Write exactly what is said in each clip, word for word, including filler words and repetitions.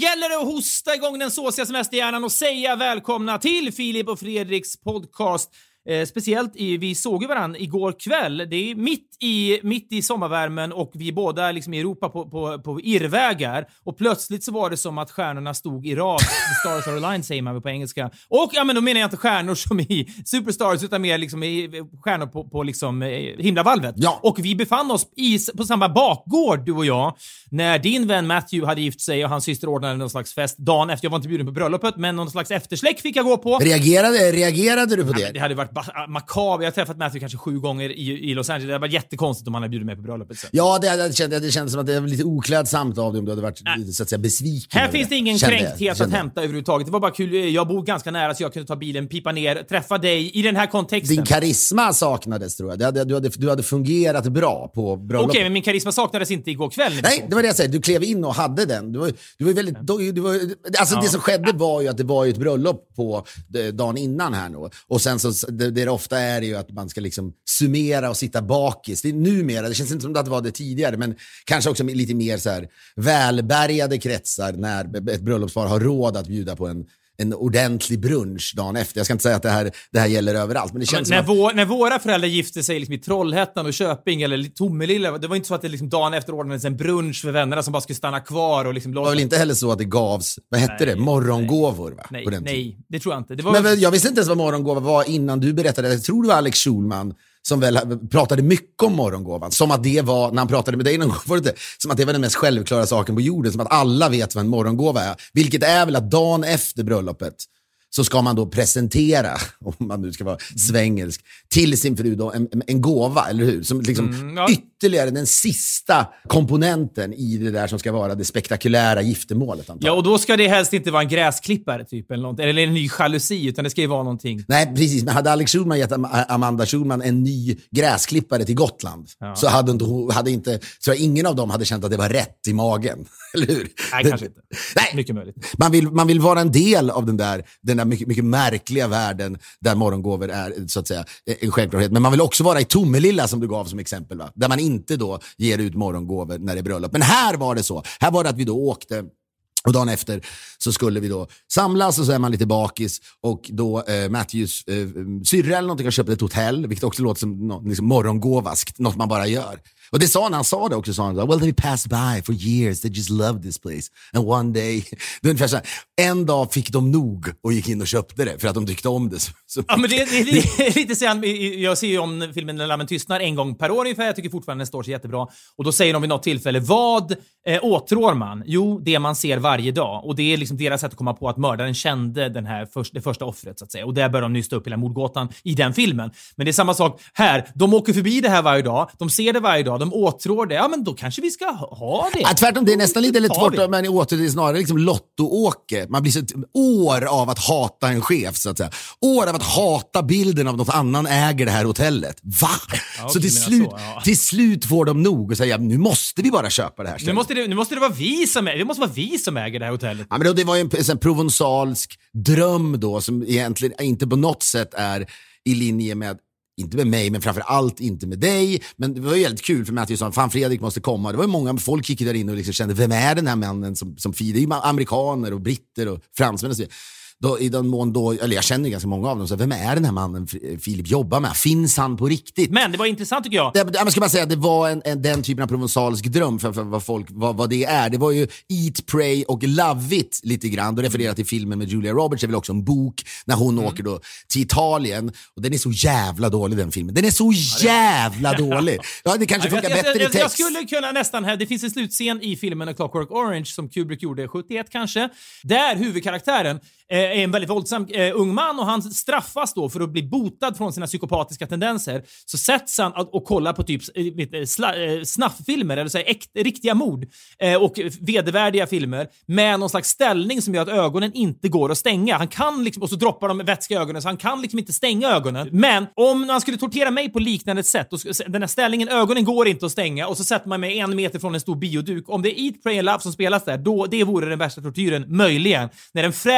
gäller det att hosta igång den såsiga semesterhjärnan och säga välkomna till Filip och Fredriks podcast. Eh, speciellt i, vi såg ju varandra igår kväll. Det är mitt i, mitt i sommarvärmen och vi är båda liksom i Europa på, på, på irrvägar. Och plötsligt så var det som att stjärnorna stod i rad. The stars are aligned säger man på engelska. Och ja, men då menar jag inte stjärnor som i Superstars utan mer liksom i stjärnor på, på liksom himlavalvet. Ja. Och vi befann oss i, på samma bakgård, du och jag, när din vän Matthew hade gift sig och hans syster ordnade någon slags fest dagen efter. Jag var inte bjuden på bröllopet, men någon slags eftersläck fick jag gå på. Reagerade, reagerade du på det? Ja, det hade varit makaber. Jag har träffat Matthew kanske sju gånger i, i Los Angeles. Det var jättekonstigt om han hade bjudit mig på bröllopet. Så. Ja, det, det, kände, det kändes som att det var lite oklädsamt av dig om du hade varit lite, så att säga, besviken. Här finns det ingen kände, kränkthet kände. att hämta överhuvudtaget. Det var bara kul. Jag bor ganska nära så jag kunde ta bilen, pipa ner, träffa dig i den här kontexten. Din karisma saknades, tror jag. Det hade, du, hade, du hade fungerat bra på bröllopet. Okej, men min karisma saknades inte igår kväll. Nej, det var det jag säger. Du klev in och hade den. Du var, du var väldigt... Du, du var, alltså ja. Det som skedde var ju att det var ju ett bröllop på dagen innan här nu. Och sen så, det, det ofta är det ju att man ska liksom summera och sitta bakis. Det är numera, det känns inte som att det var det tidigare, men kanske också lite mer så här välbärgade kretsar när ett bröllopspar har råd att bjuda på en en ordentlig brunch dagen efter. Jag ska inte säga att det här, det här gäller överallt. Men det känns ja, men när, som vår, att... när våra föräldrar gifte sig liksom i Trollhättan och Köping eller Tomelilla, det var inte så att det liksom dagen efter ordnades en brunch för vännerna som bara skulle stanna kvar och liksom... Det var väl inte heller så att det gavs, vad hette nej, det? Morgongåvor, va? Nej, på den nej, det tror jag inte. Det var... Men jag visste inte ens vad morgongåva var innan du berättade. Jag tror det var Alex Schulman som väl pratade mycket om morgongåvan. Som att det var, när han pratade med dig någon gång, var det inte, som att det var den mest självklara saken på jorden. Som att alla vet vad en morgongåva är. Vilket är väl att dagen efter bröllopet så ska man då presentera, om man nu ska vara svängelsk, till sin fru då en, en gåva, eller hur? Som liksom mm, ja. ytterligare den sista komponenten i det där som ska vara det spektakulära giftermålet. Antagligen. Ja, och då ska det helst inte vara en gräsklippare typ, eller, något, eller en ny jalusi, utan det ska ju vara någonting. Nej, precis. Men hade Alex Schulman gett Amanda Schulman en ny gräsklippare till Gotland, ja. så hade inte, hade inte, så ingen av dem hade känt att det var rätt i magen. Eller hur? Nej, det, kanske inte. Nej. Mycket möjligt. Man vill, man vill vara en del av den där, den där mycket, mycket märkliga världen där morgongåvor är, så att säga, en självklarhet. Men man vill också vara i Tomelilla, som du gav som exempel, va? Där man inte då ger ut morgongåvor när det är bröllop. Men här var det så. Här var det att vi då åkte. Och dagen efter så skulle vi då samlas och så är man lite bakis och då eh, Matthews eh, syrra eller någonting har köpt ett hotell, vilket också låter som no, liksom morgongåvaskt, något man bara gör. Och det sa när han sa det också, sa han så, well, they passed by for years, they just loved this place. And one day, ungefär så här, en dag fick de nog och gick in och köpte det för att de tyckte om det. Så, så ja, men det, det, det är lite sen, jag ser ju om filmen När lammen tystnar en gång per år ungefär, jag tycker fortfarande den står sig jättebra. Och då säger de vid något tillfälle, vad eh, åtrår man? Jo, det man ser varje dag. Och det är liksom deras sätt att komma på att mördaren kände den här först, det första offret, så att säga. Och där bör de nysta upp hela mordgåtan i den filmen. Men det är samma sak här. De åker förbi det här varje dag. De ser det varje dag. De åtrår det. Ja, men då kanske vi ska ha det. Ja, tvärtom, det är nästan lite lätt svårt, men åter det är snarare liksom lottoåke. Man blir så ett år av att hata en chef, så att säga. År av att hata bilden av något annan äger det här hotellet. Va? Ja, så till slut, så, ja. till slut får de nog och säga, nu måste vi bara köpa det här. Nu måste det, nu måste det vara vi som äger, det måste vara vi som äger det här hotellet. Ja, men då, det var ju en, en provensalsk dröm då, som egentligen inte på något sätt är i linje med, inte med mig, men framför allt inte med dig. Men det var ju väldigt kul för Matthew sa, fan Fredrik måste komma. Det var ju många, folk gick där inne och liksom kände, vem är den här mannen som, som firar? Det är ju amerikaner och britter och fransmän och så. Då, i den mån då, eller jag känner ganska många av dem, så vem är den här mannen Filip jobbar med? Finns han på riktigt? Men det var intressant tycker jag. Det, jag ska bara säga, det var en, en, den typen av provensalsk dröm för, för vad, folk, vad, vad det är. Det var ju Eat, Pray och Love It lite grann. Då refererar till filmen med Julia Roberts, det är väl också en bok när hon mm. åker då till Italien. Och den är så jävla dålig, den filmen. Den är så jävla dålig. Ja, det kanske funkar jag, jag, bättre jag, i text. Jag skulle kunna nästan här, det finns en slutscen i filmen A Clockwork Orange som Kubrick gjorde sjuttioett kanske. Där huvudkaraktären är en väldigt våldsam eh, ung man och han straffas då för att bli botad från sina psykopatiska tendenser. Så sätts han och, och kollar på typ eh, sla, eh, snafffilmer eller så här, äkt, riktiga mord eh, och vedervärdiga filmer med någon slags ställning som gör att ögonen inte går att stänga. Han kan liksom, och så droppar de vätska i ögonen så han kan liksom inte stänga ögonen. Men om man skulle tortera mig på liknande sätt och den här ställningen, ögonen går inte att stänga och så sätter man mig en meter från en stor bioduk. Om det är Eat, Pray and Love som spelas där, då det vore den värsta tortyren möjligen. När en fräsch Julia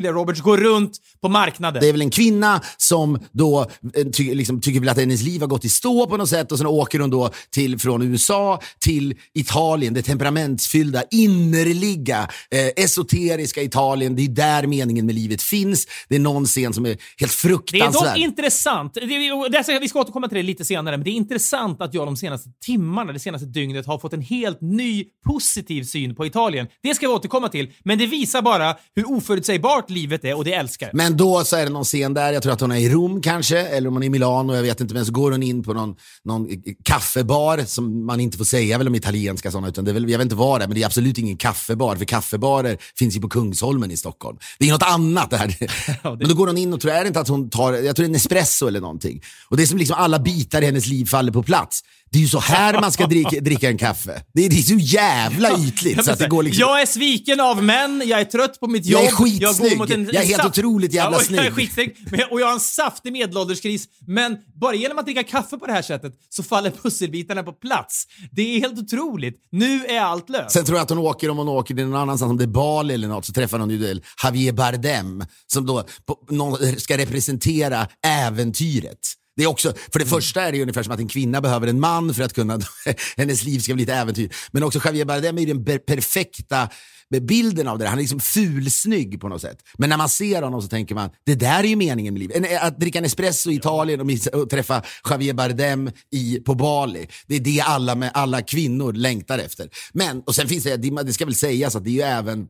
Julia Roberts går runt på marknaden. Det är väl en kvinna som då ty- liksom, tycker väl att hennes liv har gått i stå på något sätt och sen åker hon då till, från U S A till Italien, det temperamentsfyllda, innerliga, eh, esoteriska Italien. Det är där meningen med livet finns. Det är någon scen som är helt fruktansvärd. Det är dock intressant. Det är, det är, vi ska återkomma till det lite senare, men det är intressant att jag de senaste timmarna, det senaste dygnet har fått en helt ny positiv syn på Italien. Det ska vi återkomma till, men det visar bara hur oförutsägbart livet är och det älskar. Men då så är det någon scen där, jag tror att hon är i Rom kanske, eller om hon är i Milano, jag vet inte, men så går hon in på någon, någon kaffebar som man inte får säga väl om italienska sådana, utan det är väl, jag vet inte vad det är, men det är absolut ingen kaffebar, för kaffebarer finns ju på Kungsholmen i Stockholm. Det är något annat det här. Ja, det... Men då går hon in och tror jag inte att hon tar, jag tror det är en espresso eller någonting. Och det är som liksom alla bitar i hennes liv faller på plats. Det är ju så här man ska dricka, dricka en kaffe. Det är, det är så jävla ytligt. Ja, så att det går liksom... Jag är sviken av män, jag är trött på mitt jobb. Jag är skitsnygg, jag, går mot en, jag är helt saft... otroligt jävla ja, snygg. Jag är skitsnygg, och jag har en saftig medelålderskris. Men bara genom att dricka kaffe på det här sättet så faller pusselbitarna på plats. Det är helt otroligt. Nu är allt löst. Sen tror jag att hon åker, om hon åker till någon annanstans, om det är Bali eller något, så träffar hon ju Javier Bardem som då på, någon, ska representera äventyret. Det är också, för det första är det ungefär som att en kvinna behöver en man för att kunna, hennes liv ska bli lite äventyr. Men också Javier Bardem är ju den perfekta bilden av det. Han är liksom fulsnygg på något sätt. Men när man ser honom så tänker man, det där är ju meningen med livet. Att dricka en espresso i Italien och, och träffa Javier Bardem i, på Bali. Det är det alla, med, alla kvinnor längtar efter. Men, och sen finns det, det ska väl sägas att det är ju även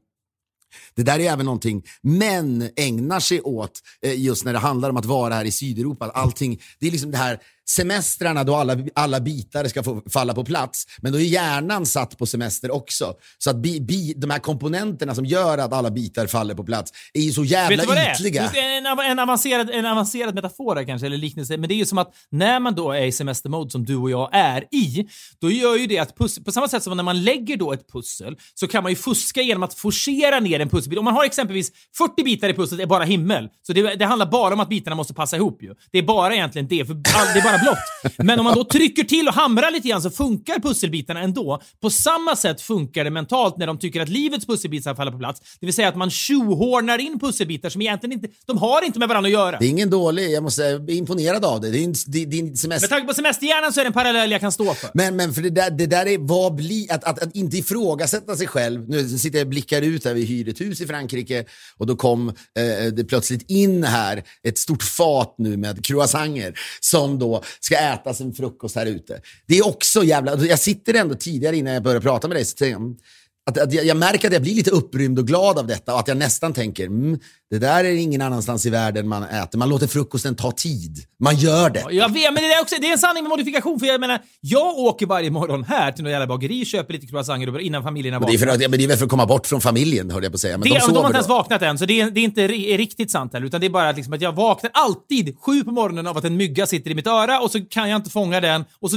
Det där är även någonting män ägnar sig åt just när det handlar om att vara här i Sydeuropa. Allting, det är liksom det här semestrarna då alla, alla bitar ska få falla på plats. Men då är hjärnan satt på semester också. Så att bi, bi, de här komponenterna som gör att alla bitar faller på plats är ju så jävla ytliga. Det är en, en, avancerad, en avancerad metafor kanske, eller liknelse. Men det är ju som att när man då är i semestermode som du och jag är i, då gör ju det att pussel, på samma sätt som när man lägger då ett pussel, så kan man ju fuska genom att forcera ner en pusselbit. Om man har exempelvis fyrtio bitar i pusslet är bara himmel. Så det, det handlar bara om att bitarna måste passa ihop ju. Det är bara egentligen det, för all, det är bara blått. Men om man då trycker till och hamrar lite grann så funkar pusselbitarna ändå. På samma sätt funkar det mentalt när de tycker att livets pusselbitar faller på plats. Det vill säga att man tjohornar in pusselbitar som egentligen inte, de har inte med varandra att göra. Det är ingen dålig, jag måste säga, bli imponerad av det. Det är en, det, det är en semester. Med tanke på semesterhjärnan så är det en parallell jag kan stå för. Men, men för det där, det där är vad bli, att, att, att inte ifrågasätta sig själv. Nu sitter jag och blickar ut där vi hyr ett hus i Frankrike och då kom eh, det plötsligt in här ett stort fat nu med croissanter som då ska ätas en frukost här ute. Det är också jävla... Jag sitter ändå tidigare innan jag börjar prata med dig så jag, att, att jag, jag märker att jag blir lite upprymd och glad av detta och att jag nästan tänker mm, det där är ingen annanstans i världen man äter. Man låter frukosten ta tid. Man gör det. Jag vet, men det är, också, det är en sanning med modifikation. För jag menar, jag åker varje morgon här till någon jävla bageri, köper lite croissanter innan familjen vaknar. Det är, för, men det är väl för att komma bort från familjen, hörde jag på att säga. Men det, de, de har inte ens då. vaknat än, så det är, det är inte är riktigt sant heller. Utan det är bara att, liksom, att jag vaknar alltid sju på morgonen av att en mygga sitter i mitt öra och så kan jag inte fånga den. Och så...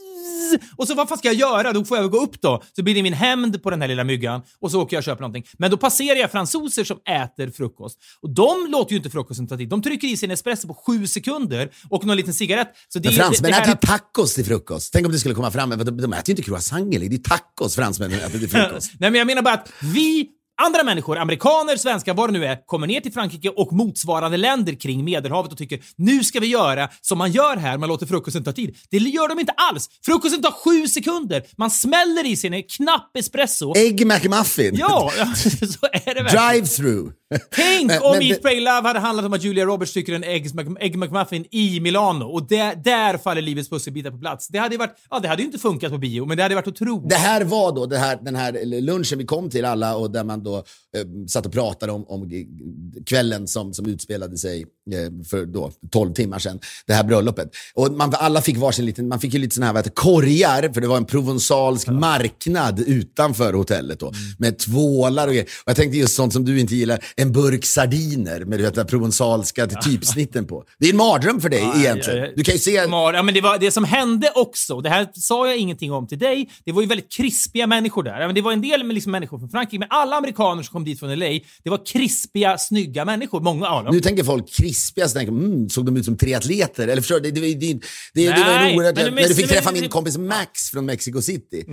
Och så vad fan ska jag göra? Då får jag gå upp då. Så blir det min hämnd på den här lilla myggan. Och så åker jag och köper någonting. Men då passerar jag fransoser som äter frukost. Och de låter ju inte frukosten ta tid. De trycker i sig en espresso på sju sekunder. Och någon liten cigarett. Så det, men fransmän det, det äter ju att... tacos till frukost. Tänk om det skulle komma fram. De, de äter ju inte croissanter. Det är tacos fransmännen äter till frukost. Nej, men jag menar bara att vi... Andra människor, amerikaner, svenskar, vad det nu är, kommer ner till Frankrike och motsvarande länder kring Medelhavet och tycker nu ska vi göra som man gör här, man låter frukosten ta tid. Det gör de inte alls. Frukosten tar sju sekunder. Man smäller i sig en knapp espresso. Egg McMuffin. Ja, så är det verkligen. Drive-through. Tänk men, om men, Eat, Pray, Love hade handlat om att Julia Roberts tycker en Egg, Egg McMuffin i Milano och där, där faller livets pusselbitar på plats. Det hade ju varit, ja, det hade ju inte funkat på bio, men det hade varit otroligt. Det här var då det här, den här lunchen vi kom till alla och där man då eh, satt och pratade om, om kvällen som, som utspelade sig eh, för då tolv timmar sedan, det här bröllopet. Och man, alla fick varsin liten, man fick ju lite såna här, vad heter, korgar, för det var en provensalsk ja. marknad utanför hotellet då, mm. med tvålar och grejer. Och jag tänkte just sånt som du inte gillar, en burk sardiner med det provensalska typsnitten på. Det är en mardröm för dig ja, egentligen. Ja, ja. Du kan ju se... Ja, men det var det som hände också. Det här sa jag ingenting om till dig. Det var ju väldigt krispiga människor där. Men det var en del med liksom människor från Frankrike, men alla amerikaner som kom dit från L A, det var krispiga, snygga människor. Många av dem. Nu tänker folk krispiga, så tänker mm, såg de ut som tre atleter? Eller förstår du? Det, det, det, det, det var ju oerhört. När du fick träffa min kompis Max från Mexico City. Mm.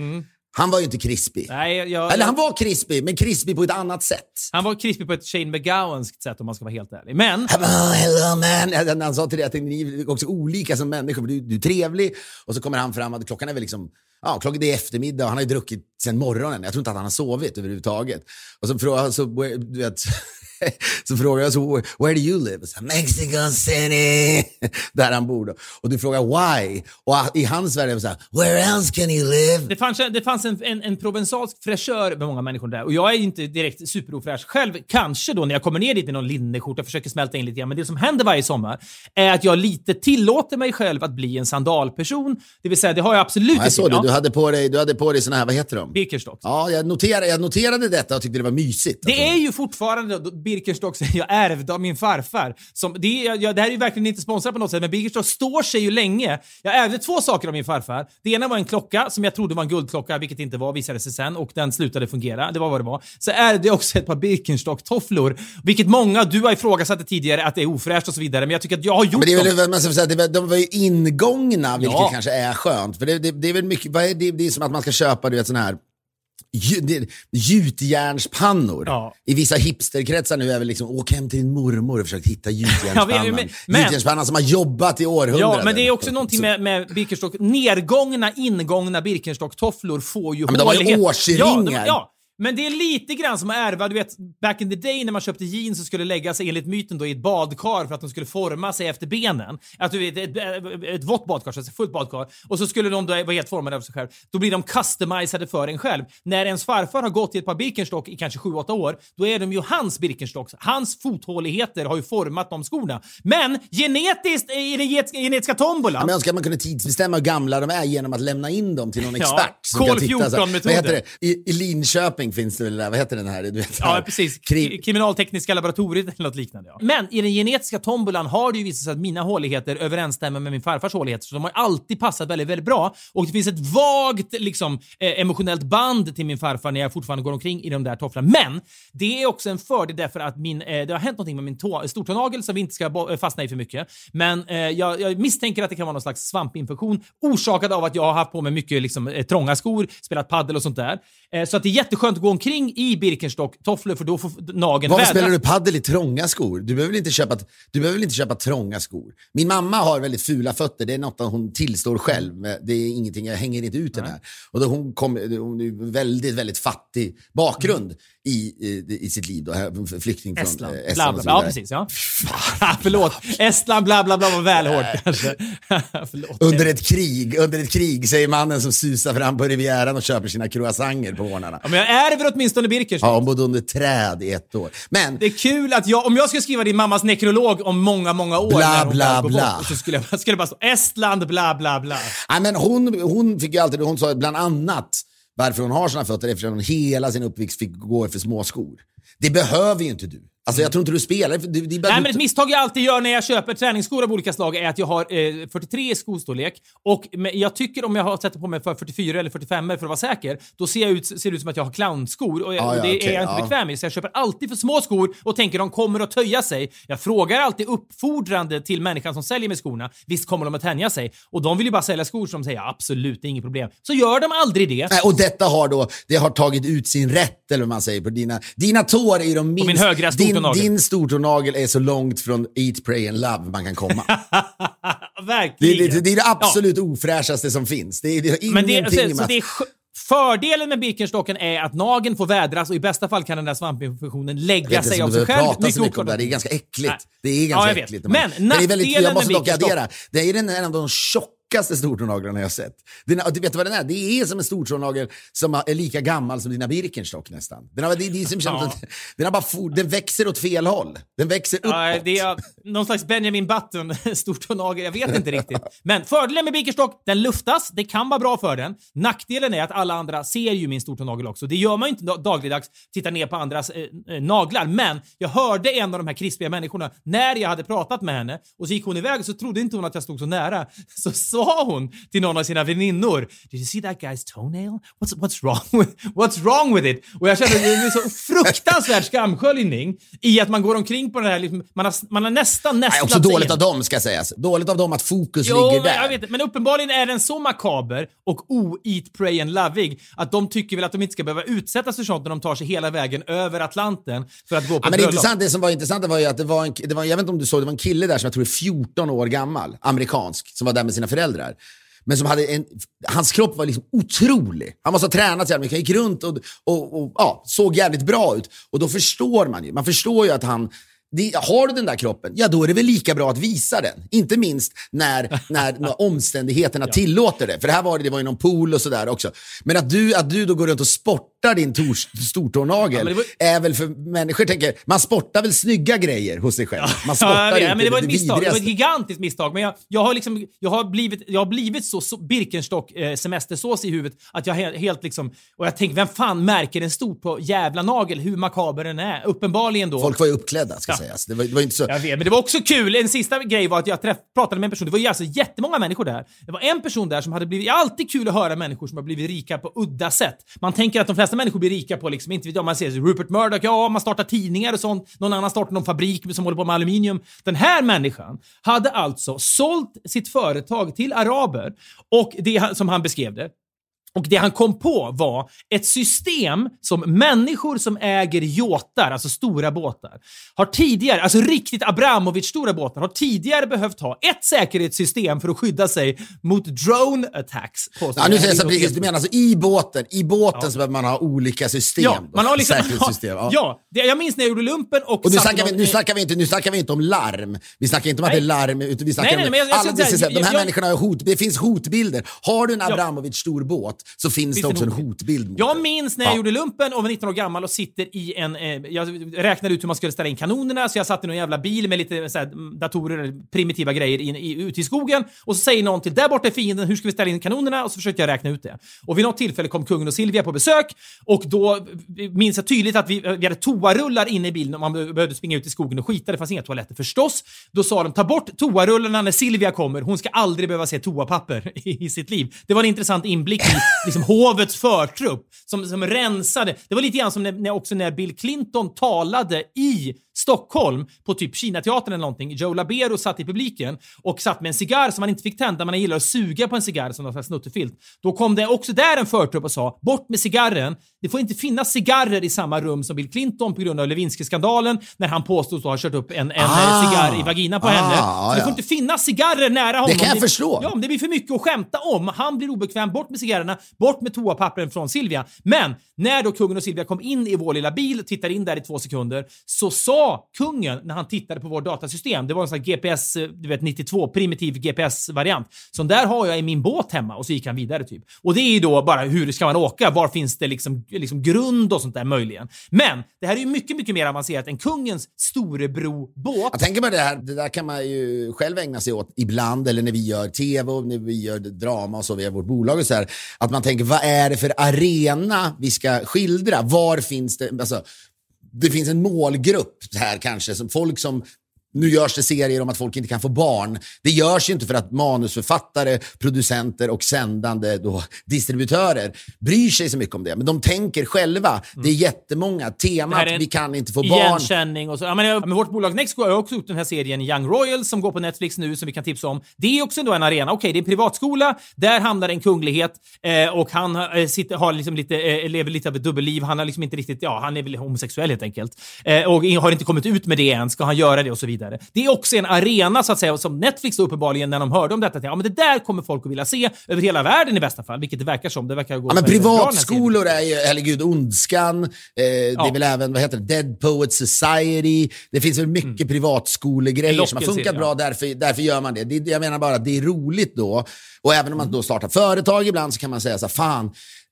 Han var ju inte krispig. Nej, jag, Eller han var krispig, men krispig på ett annat sätt. Han var krispig på ett Shane McGowanskt sätt om man ska vara helt ärlig. Men... Hello, hello man. Han sa till dig att ni är också olika som människor. Du, du är trevlig. Och så kommer han fram och klockan är väl liksom... Ja, klockan är eftermiddag och han har ju druckit sen morgonen. Jag tror inte att han har sovit överhuvudtaget. Och så frågar så, du vet... Så frågar jag så, where do you live? Så, Mexico City. Där han bor då. Och du frågar why? Och i hans värld är det så här, where else can you live? Det fanns, det fanns en, en, en provensalsk fräschör med många människor där. Och jag är inte direkt superofräsch själv. Kanske då när jag kommer ner dit i någon linneskjorta och försöker smälta in lite grann. Men det som händer varje sommar är att jag lite tillåter mig själv att bli en sandalperson. Det vill säga, det har jag absolut ja, jag såg det. Du hade på dig, du hade på dig såna här, vad heter de? Birkenstocks. Ja, jag noterade, jag noterade detta och tyckte det var mysigt. Det är ju fortfarande Birkenstocks jag ärvde av min farfar. Som, det, jag, det här är ju verkligen inte sponsrat på något sätt, men Birkenstocks står sig ju länge. Jag ärvde två saker av min farfar. Det ena var en klocka som jag trodde var en guldklocka, vilket inte var, visade sig sen, och den slutade fungera. Det var vad det var. Så ärvde jag också ett par Birkenstock-tofflor, vilket många, du har ifrågasatt tidigare att det är ofräscht och så vidare, men jag tycker att jag har gjort men det är väl, dem. Man ska säga, det var, de var ju ingångna, vilket ja. kanske är skönt. För det, det, det är väl mycket, det, det är som att man ska köpa, du vet, sån här gjutjärnspannor. Ja. I vissa hipsterkretsar nu är väl liksom åk hem till din mormor och försökt hitta gjutjärnspannan. Ja, men, men, gjutjärnspannan som har jobbat i århundraden. Ja, men det är också någonting med, med Birkenstock. Nergångna, ingångna Birkenstock-tofflor får ju ja, men de har ju årsringar. Ja, ja. Men det är lite grann som att ärva, du vet, back in the day när man köpte jeans så skulle lägga sig enligt myten då i ett badkar för att de skulle forma sig efter benen. Att du vet, ett, ett, ett vått badkar, så ett fullt badkar. Och så skulle de då vara helt formade av sig själv. Då blir de customizade för en själv. När ens farfar har gått i ett par Birkenstock i kanske sju åtta år, då är de ju hans Birkenstocks. Hans fothåligheter har ju format de skorna. Men genetiskt, i den genetiska tombolan... Ja, men önskar man kunde tidsbestämma hur gamla de är genom att lämna in dem till någon expert. Ja, som kan titta. Vad heter det? I, I Linköping finns det väl där, vad heter den här? Du vet, ja, här. precis. Krim- Kriminaltekniska laboratoriet eller något liknande. Ja. Men i den genetiska tombolan har det ju visat sig att mina håligheter överensstämmer med min farfars håligheter. Så de har alltid passat väldigt, väldigt bra. Och det finns ett vagt liksom, eh, emotionellt band till min farfar när jag fortfarande går omkring i de där tofflarna. Men det är också en fördel därför att min, eh, det har hänt någonting med min tå- stortånagel som vi inte ska bo- fastna i för mycket. Men eh, jag, jag misstänker att det kan vara någon slags svampinfektion orsakad av att jag har haft på mig mycket liksom, eh, trånga skor, spelat paddel och sånt där. Eh, så att det är jätteskönt att gå omkring i Birkenstock-tofflor för då får nageln Varför vädras. spelar du paddel i trånga skor? Du behöver väl inte köpa, du behöver väl inte köpa trånga skor. Min mamma har väldigt fula fötter. Det är något hon tillstår själv. Det är ingenting, jag hänger inte ut den här. Och då hon kom, hon är väldigt, väldigt fattig bakgrund mm. i, i, i sitt liv då. Flykting från Estland. Estland bla, bla, bla. Ja, precis. Ja. Förlåt. Estland, bla, bla, bla var väl hårt kanske. under ett krig, under ett krig säger mannen som susar fram på Rivieran och köper sina croissanter på morgnarna. Ja, men jag ärver åtminstone Birkenstock. Ja, hon bodde under träd i ett år. Men det är kul att jag, om jag ska skriva din mammas nekrolog om många, många år. Bla, bla, bla. Bort, så skulle jag, skulle jag bara stå Estland, bla, bla, bla. Ja, men hon, hon fick ju alltid, hon sa bland annat varför hon har såna fötter eftersom hon hela sin uppväxt fick gå för små skor. Det behöver ju inte du. Alltså jag tror inte du spelar. Det, det Nej, men ett misstag jag alltid gör när jag köper träningsskor av olika slag är att jag har eh, fyrtiotre i skostorlek. Och jag tycker om jag har sett på mig för fyrtiofyra eller fyrtiofem för att vara säker, då ser, jag ut, ser det ut som att jag har clownskor. Och, ja, och det ja, är okay, jag inte ja. bekväm med. Så jag köper alltid för små skor och tänker de kommer att töja sig. Jag frågar alltid uppfordrande till människan som säljer mig skorna. Visst kommer de att tänja sig. Och de vill ju bara sälja skor som säger absolut, det är inget problem. Så gör de aldrig det. Nej, och detta har då, det har tagit ut sin rätt, eller vad man säger, på dina, dina tår är ju de minst... min högra stortånagel. Din, din stortånagel är så långt från eat, pray and love man kan komma. Verkligen. Det, det, det är det absolut ja. ofräschaste som finns. Det är, det är Men det, ingenting alltså, med så att... det är fördelen med Birkenstocken är att nageln får vädras och i bästa fall kan den där svampinfektionen lägga sig av sig själv. Mycket så mycket om det. det är ganska äckligt. Nej. Det är ganska ja, äckligt. Men det är väldigt, jag måste dock Birkenstock... addera. Det är den, en av de tjockaste stortånaglarna jag har sett. Den, du vet vad den är? Det är som en stortånagel som är lika gammal som dina Birkenstock nästan. Den har, det, det är som ja. att, den, har bara for, den växer åt fel håll. Den växer uppåt. Ja, det är någon slags Benjamin Button stortånagel. Jag vet inte riktigt. Men fördelen med Birkenstock, den luftas. Det kan vara bra för den. Nackdelen är att alla andra ser ju min stortånagel också. Det gör man ju inte dagligdags. Titta ner på andras eh, naglar. Men jag hörde en av de här krispiga människorna när jag hade pratat med henne och så gick hon iväg så trodde inte hon att jag stod så nära. Så så sa hon till någon av sina väninnor, did you see that guy's toenail? What's, what's, wrong, with, what's wrong with it? Och jag kände att det är så fruktansvärd skamsköljning i att man går omkring på den här, liksom, man, har, man har nästan nästan... Nej, också dåligt av dem ska sägas. Dåligt av dem att fokus jo, ligger där. Jag vet, men uppenbarligen är den så makaber och o-eat, pray and loving att de tycker väl att de inte ska behöva utsättas för sånt när de tar sig hela vägen över Atlanten för att gå på ja, men bröllop. det, intressant, det som var intressant var ju att det var en, det var, jag vet inte om du såg, det var en kille där som jag tror är fjorton år gammal, amerikansk, som var där med sina föräldrar. Men som hade en, hans kropp var liksom otrolig. Han måste ha tränat sig, han gick runt och, och, och ja, såg jävligt bra ut. Och då förstår man ju, man förstår ju att han, det, har du den där kroppen, ja då är det väl lika bra att visa den. Inte minst när, när, när omständigheterna ja. tillåter det. För det här var det, det var ju någon pool och sådär också. Men att du, att du då går runt och sportar din tors, stortånagel ja, var... är väl för människor tänker, man sportar väl snygga grejer hos sig själv. Man sportar ja, ja, inte men det var ett det misstag, vidrigaste. det var ett gigantiskt misstag. Men jag, jag har liksom, jag har blivit, jag har blivit så, så Birkenstock eh, semestersås i huvudet att jag helt, helt liksom, och jag tänker, vem fan märker en stor på jävla nagel, hur makaber den är? Uppenbarligen då. Folk var ju uppklädda, ska ja. sägas. Det var, det var inte så... Jag vet, men det var också kul. En sista grej var att jag träff, pratade med en person. Det var ju alltså jättemånga människor där. Det var en person där som hade blivit, alltid kul att höra människor som har blivit rika på udda sätt. Man tänker att de flesta människor blir rika på liksom, inte vet jag, man ser Rupert Murdoch, ja, man startar tidningar och sånt. Någon annan startar någon fabrik som håller på med aluminium. Den här människan hade alltså sålt sitt företag till araber och det som han beskrev det. Och det han kom på var ett system som människor som äger yachter, alltså stora båtar, har tidigare, alltså riktigt Abramovich-stora båtar, har tidigare behövt ha ett säkerhetssystem för att skydda sig mot drone attacks. Ja, nu säger jag precis, du menar alltså i båten, i båten ja. så behöver man ha olika system. Ja, man har liksom, säkerhetssystem. Ja, ja det, jag minns när jag gjorde lumpen och... och nu, snackar vi, nu, snackar vi inte, nu snackar vi inte om larm. Vi snackar inte om nej. att det är larm, utan vi snackar nej, nej, om... Nej, jag, alla, jag, jag, de här jag, människorna har hot, det finns hotbilder. Har du en Abramovich-stor båt så finns det också en hotbild mot jag det. minns när jag ja. gjorde lumpen och var nitton år gammal och sitter i en... Eh, jag räknade ut hur man skulle ställa in kanonerna, så jag satt i någon jävla bil med lite så här, datorer, primitiva grejer in, i, ute i skogen. Och så säger någon till, där borta är fienden, hur ska vi ställa in kanonerna? Och så försökte jag räkna ut det. Och vid något tillfälle kom kungen och Silvia på besök. Och då minns jag tydligt att vi, vi hade toarullar inne i bilen och man behövde springa ut i skogen och skita. Det fanns inga toaletter förstås. Då sa de, ta bort toarullarna när Silvia kommer. Hon ska aldrig behöva se toapapper i, i sitt liv. Det var en intressant inblick i liksom, hovets förtrupp som, som rensade. Det var lite grann som när, när, också när Bill Clinton talade i Stockholm på typ Kina-teatern eller någonting. Joe Labero satt i publiken och satt med en cigarr som man inte fick tända. Man gillar att suga på en cigarr som någon slags snuttefilt. Då kom det också där en förtrupp och sa, bort med cigarren. Det får inte finnas cigarrer i samma rum som Bill Clinton på grund av Lewinsky-skandalen när han påstod att ha kört upp en, en ah, cigarr i vagina på ah, henne. Så det får ja. inte finnas cigarrer nära honom. Det kan jag det, förstå. Ja, det blir för mycket att skämta om. Han blir obekväm. Bort med cigarrerna. Bort med toapappren från Silvia. Men när då kungen och Silvia kom in i vår lilla bil och tittade in där i två sekunder så sa kungen när han tittade på vårt datasystem, det var en sån här G P S, du vet nittiotvå, primitiv G P S-variant. Så där har jag i min båt hemma och så gick han vidare typ. Och det är ju då bara hur ska man åka? Var finns det liksom, liksom grund och sånt där möjligen? Men det här är ju mycket, mycket mer avancerat än kungens storebrobåt. Jag tänker på det här, det där kan man ju själv ägna sig åt ibland eller när vi gör tv och när vi gör drama och så via vårt bolag och så här. Att man tänker, vad är det för arena vi ska skildra? Var finns det, alltså det finns en målgrupp här kanske, som folk som nu görs det serier om att folk inte kan få barn. Det görs ju inte för att manusförfattare, producenter och sändande då, distributörer bryr sig så mycket om det. Men de tänker själva. Mm. Det är jättemånga temat, vi kan inte få barn. Igenkänning och så. Ja, men, men vårt bolag Nextgo har också gjort den här serien Young Royals som går på Netflix nu som vi kan tipsa om. Det är också då en arena. Okej, det är en privatskola. Där hamnar en kunglighet eh, och han eh, sitter, har liksom lite, eh, lever lite av ett dubbelliv. Han har liksom inte riktigt, ja, han är väl homosexuell helt enkelt. Eh, och har inte kommit ut med det än. Ska han göra det och så vidare. Det är också en arena så att säga som Netflix uppenbarligen när de hörde om detta. Ja, men det där kommer folk att vilja se över hela världen i bästa fall, vilket det verkar som. Det verkar gå. Ja, men privatskolor är ju, herregud, Ondskan. Eh, det ja. är väl även, vad heter det, Dead Poets Society. Det finns väl mycket mm. privatskolegrejer som har funkat ja. bra, därför, därför gör man det. det. Jag menar bara att det är roligt då. Och även om man då startar företag ibland så kan man säga så här, fan,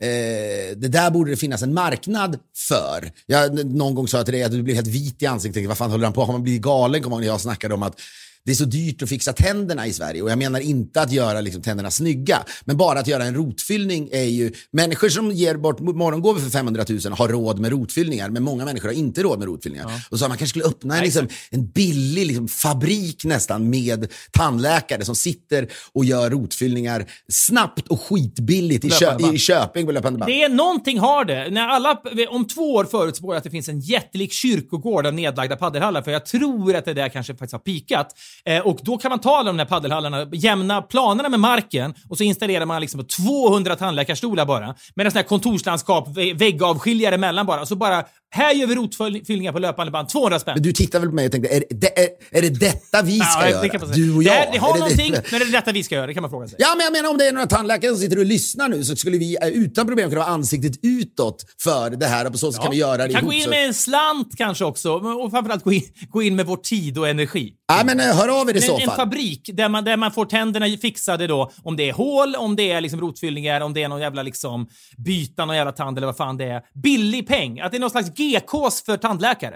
eh, det där borde det finnas en marknad för. Jag någon gång sa till dig att du blev helt vit i ansiktet. Vad fan håller han på? Har man blivit galen? Kommer jag snackade om att det är så dyrt att fixa tänderna i Sverige. Och jag menar inte att göra liksom tänderna snygga, men bara att göra en rotfyllning är ju... Människor som ger bort morgongåvor för femhundratusen har råd med rotfyllningar, men många människor har inte råd med rotfyllningar. Ja. Och så man kanske skulle öppna en, liksom, en billig liksom, fabrik nästan med tandläkare som sitter och gör rotfyllningar snabbt och skitbilligt i, Kö- i Köping på löpande band. Det är någonting har det. När alla, om två år förutspår att det finns en jättelik kyrkogård av nedlagda paddelhallar, för jag tror att det där kanske faktiskt har pikat. Eh, och då kan man ta de här paddelhallarna, jämna planerna med marken och så installerar man liksom tvåhundra tandläkarstolar bara. Med en sån här kontorslandskap, väggavskiljare emellan bara. Så bara, här gör vi rotfyllningar på löpande band, tvåhundra spänn. Men du tittade väl på mig och tänkte, är det, är, är det detta vi ska ja, göra? Du och jag? Det, det har det någonting, det? men är det detta vi ska göra? Det kan man fråga sig. Ja, men jag menar om det är några tandläkare som sitter och lyssnar nu så skulle vi utan problem kunna vara ansiktet utåt för det här och på så sätt ja. kan vi göra det kan ihop. Gå in så. med en slant kanske också och framförallt gå in, gå in med vår tid och energi. Ja, men hör av er i så fall. En fabrik där man, där man får tänderna fixade då, om det är hål, om det är liksom rotfyllningar, om det är någon jävla liksom byta någon jävla tand eller vad fan det är. Billig peng. Att det är någon slags G-kås för tandläkare.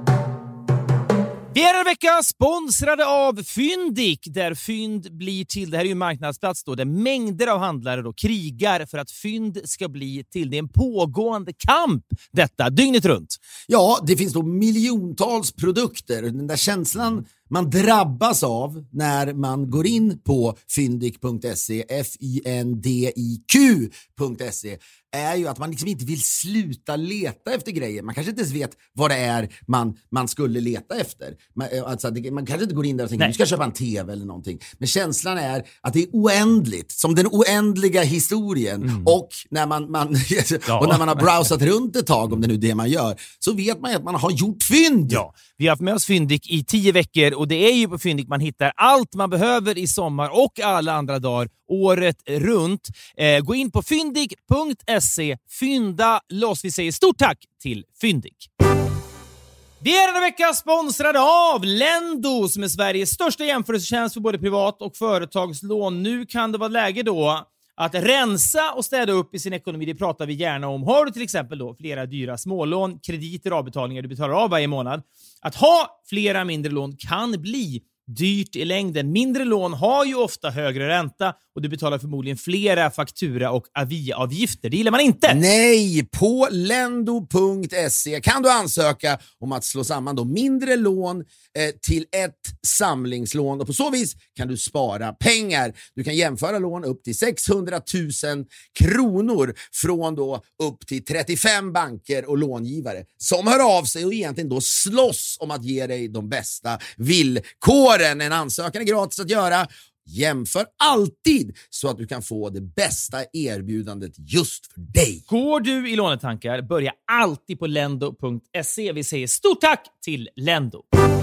Vi är en vecka sponsrade av Fyndik, där fynd blir till. Det här är ju en marknadsplats då, där mängder av handlare då krigar för att fynd ska bli till. Det är en pågående kamp, detta, dygnet runt. Ja, det finns då miljontals produkter. Den där känslan man drabbas av när man går in på fyndik punkt se, F Y N D I Q punkt se, är ju att man liksom inte vill sluta leta efter grejer. Man kanske inte ens vet vad det är man, man skulle leta efter. Man, alltså, det, man kanske inte går in där och tänker, nu ska jag köpa en tv eller någonting. Men känslan är att det är oändligt, som den oändliga historien. Mm. Och, när man, man, ja. och när man har browsat runt ett tag, om det nu är det man gör, så vet man ju att man har gjort fynd. Ja, vi har haft med oss Fyndik i tio veckor och det är ju på Fyndik man hittar allt man behöver i sommar och alla andra dagar året runt. Eh, gå in på fyndik punkt se, fynda loss. Vi säger stort tack till Fyndik. Vi är denna vecka sponsrade av Lendo, som är Sveriges största jämförelsetjänst för både privat- och företagslån. Nu kan det vara läge då att rensa och städa upp i sin ekonomi. Det pratar vi gärna om. Har du till exempel då flera dyra smålån, krediter och avbetalningar du betalar av varje månad, att ha flera mindre lån kan bli dyrt i längden. Mindre lån har ju ofta högre ränta och du betalar förmodligen flera faktura- och aviavgifter. Det gillar man inte. Nej, på lendo punkt se kan du ansöka om att slå samman då mindre lån eh, till ett samlingslån och på så vis kan du spara pengar. Du kan jämföra lån upp till sexhundratusen kronor från då upp till trettiofem banker och långivare som hör av sig och egentligen då slåss om att ge dig de bästa villkoren. En ansökan är gratis att göra. Jämför alltid så att du kan få det bästa erbjudandet just för dig. Går du i lånetankar, börja alltid på lendo punkt se. Vi säger stort tack till Lendo.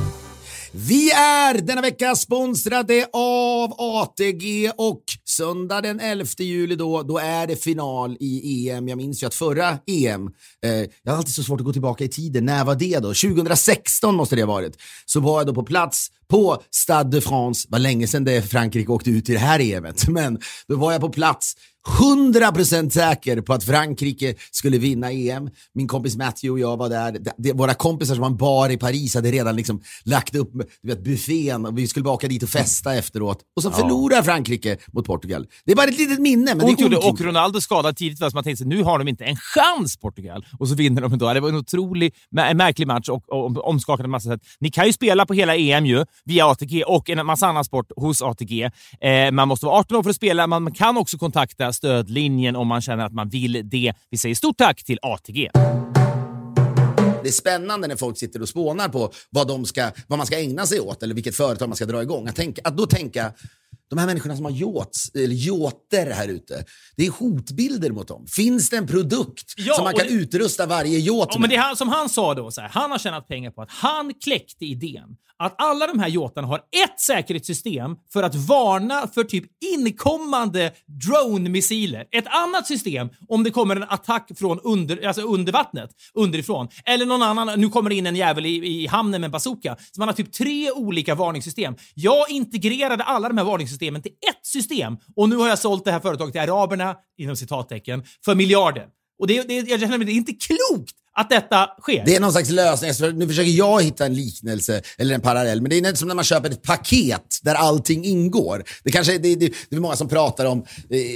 Vi är denna vecka sponsrade av A T G och söndag den elfte juli då, då är det final i E M. Jag minns ju att förra E M, eh, jag har alltid så svårt att gå tjugohundrasexton tillbaka i tiden. När var det då? tjugohundrasexton måste det ha varit. Så var jag då på plats på Stade de France. Var länge sedan det Frankrike åkte ut i det här E M:et. Men då var jag på plats hundra procent säker på att Frankrike skulle vinna E M. Min kompis Matthew och jag var där. Det, det, våra kompisar som var en bar i Paris hade redan liksom lagt upp, du vet, buffén och vi skulle bara åka dit och festa efteråt. Och så ja. förlorar Frankrike mot Portugal. Det är bara ett litet minne. Men och, det är och Ronaldo skadade tidigt, så man tänkte sig, nu har de inte en chans Portugal. Och så vinner de då. Det var en otrolig, en märklig match och, och omskakade en massa sätt. Ni kan ju spela på hela E M ju, via A T G och en massa annan sport hos A T G. Eh, man måste vara arton år för att spela. Man kan också kontakta stödlinjen om man känner att man vill det. Vi säger stort tack till A T G. Det är spännande när folk sitter och spånar på vad, de ska, vad man ska ägna sig åt eller vilket företag man ska dra igång. Att, tänka, att då tänka, de här människorna som har yachts, eller yachter här ute, det är hotbilder mot dem. Finns det en produkt ja, som man kan det, utrusta varje yacht ja, med? Men det här, som han sa då, så här, han har tjänat pengar på att han kläckte idén att alla de här yachtarna har ett säkerhetssystem för att varna för typ inkommande drone-missiler. Ett annat system om det kommer en attack från under, alltså under vattnet, underifrån. Eller någon annan, nu kommer det in en jävel i, i hamnen med en bazooka. Så man har typ tre olika varningssystem. Jag integrerade alla de här varningssystemen till ett system. Och nu har jag sålt det här företaget till araberna, inom citattecken, för miljarder. Och det, det, jag känner mig, det är inte klokt att detta sker. Det är någon slags lösning. Nu försöker jag hitta en liknelse eller en parallell, men det är som när man köper ett paket där allting ingår. Det kanske det, det, det är många som pratar om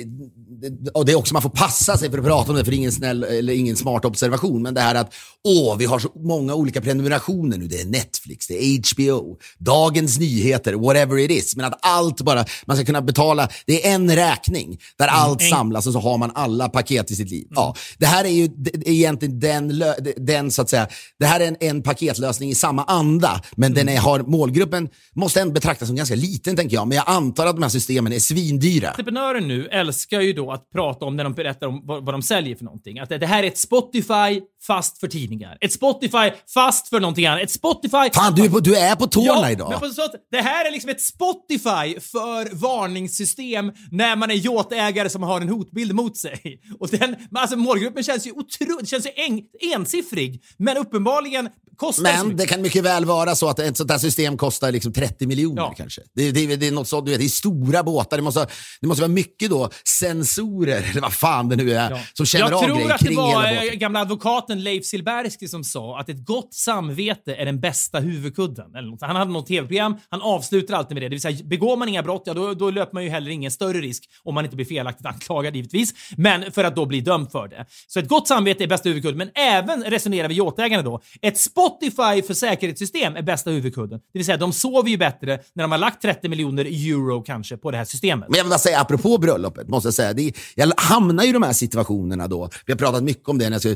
det, och det är också man får passa sig för att prata om det för ingen snäll eller ingen smart observation, men det här att åh, vi har så många olika prenumerationer nu. Det är Netflix, det är H B O, Dagens Nyheter, whatever it is, men att allt bara man ska kunna betala, det är en räkning där allt mm. samlas och så har man alla paket i sitt liv. Mm. Ja, det här är ju det, är egentligen den, den så att säga, det här är en, en paketlösning i samma anda, men mm. den är, har målgruppen måste ändå betraktas som ganska liten, tänker jag, men jag antar att de här systemen är svindyra. Entreprenörer nu älskar ju då att prata om när de berättar om vad, vad de säljer för någonting. Att det, det här är ett Spotify fast för tidningar. Ett Spotify fast för någonting annat. Ett Spotify... Fan, du är på, du är på tårna ja, idag. Men på så att det här är liksom ett Spotify för varningssystem när man är yattägare som har en hotbild mot sig. Och den, alltså målgruppen känns ju otroligt, känns ju en, ensiffrig, men uppenbarligen kostar Men det kan mycket väl vara så att ett sånt här system kostar liksom trettio miljoner ja. kanske. Det, det, det är något så, du vet, det är stora båtar. Det måste, det måste vara mycket då sensorer, eller vad fan det nu är, ja. som känner av grejer kring hela båten. Jag tror att det var gamla advokaten Leif Silbersky som sa att ett gott samvete är den bästa huvudkudden. Eller något. Han hade något tv-program, han avslutar alltid med det. Det vill säga, begår man inga brott, ja, då, då löper man ju heller ingen större risk om man inte blir felaktigt anklagad givetvis. Men för att då bli dömd för det. Så ett gott samvete är bästa huvudkudden. Men även resonerar vi yattägarna då. Ett Spotify för säkerhetssystem är bästa huvudkudden. Det vill säga, de sover ju bättre när de har lagt trettio miljoner euro kanske på det här systemet. Men jag vill bara säga, apropå bröllopet, måste jag säga, det är, jag hamnar ju i de här situationerna då. Vi har pratat mycket om det när jag ska,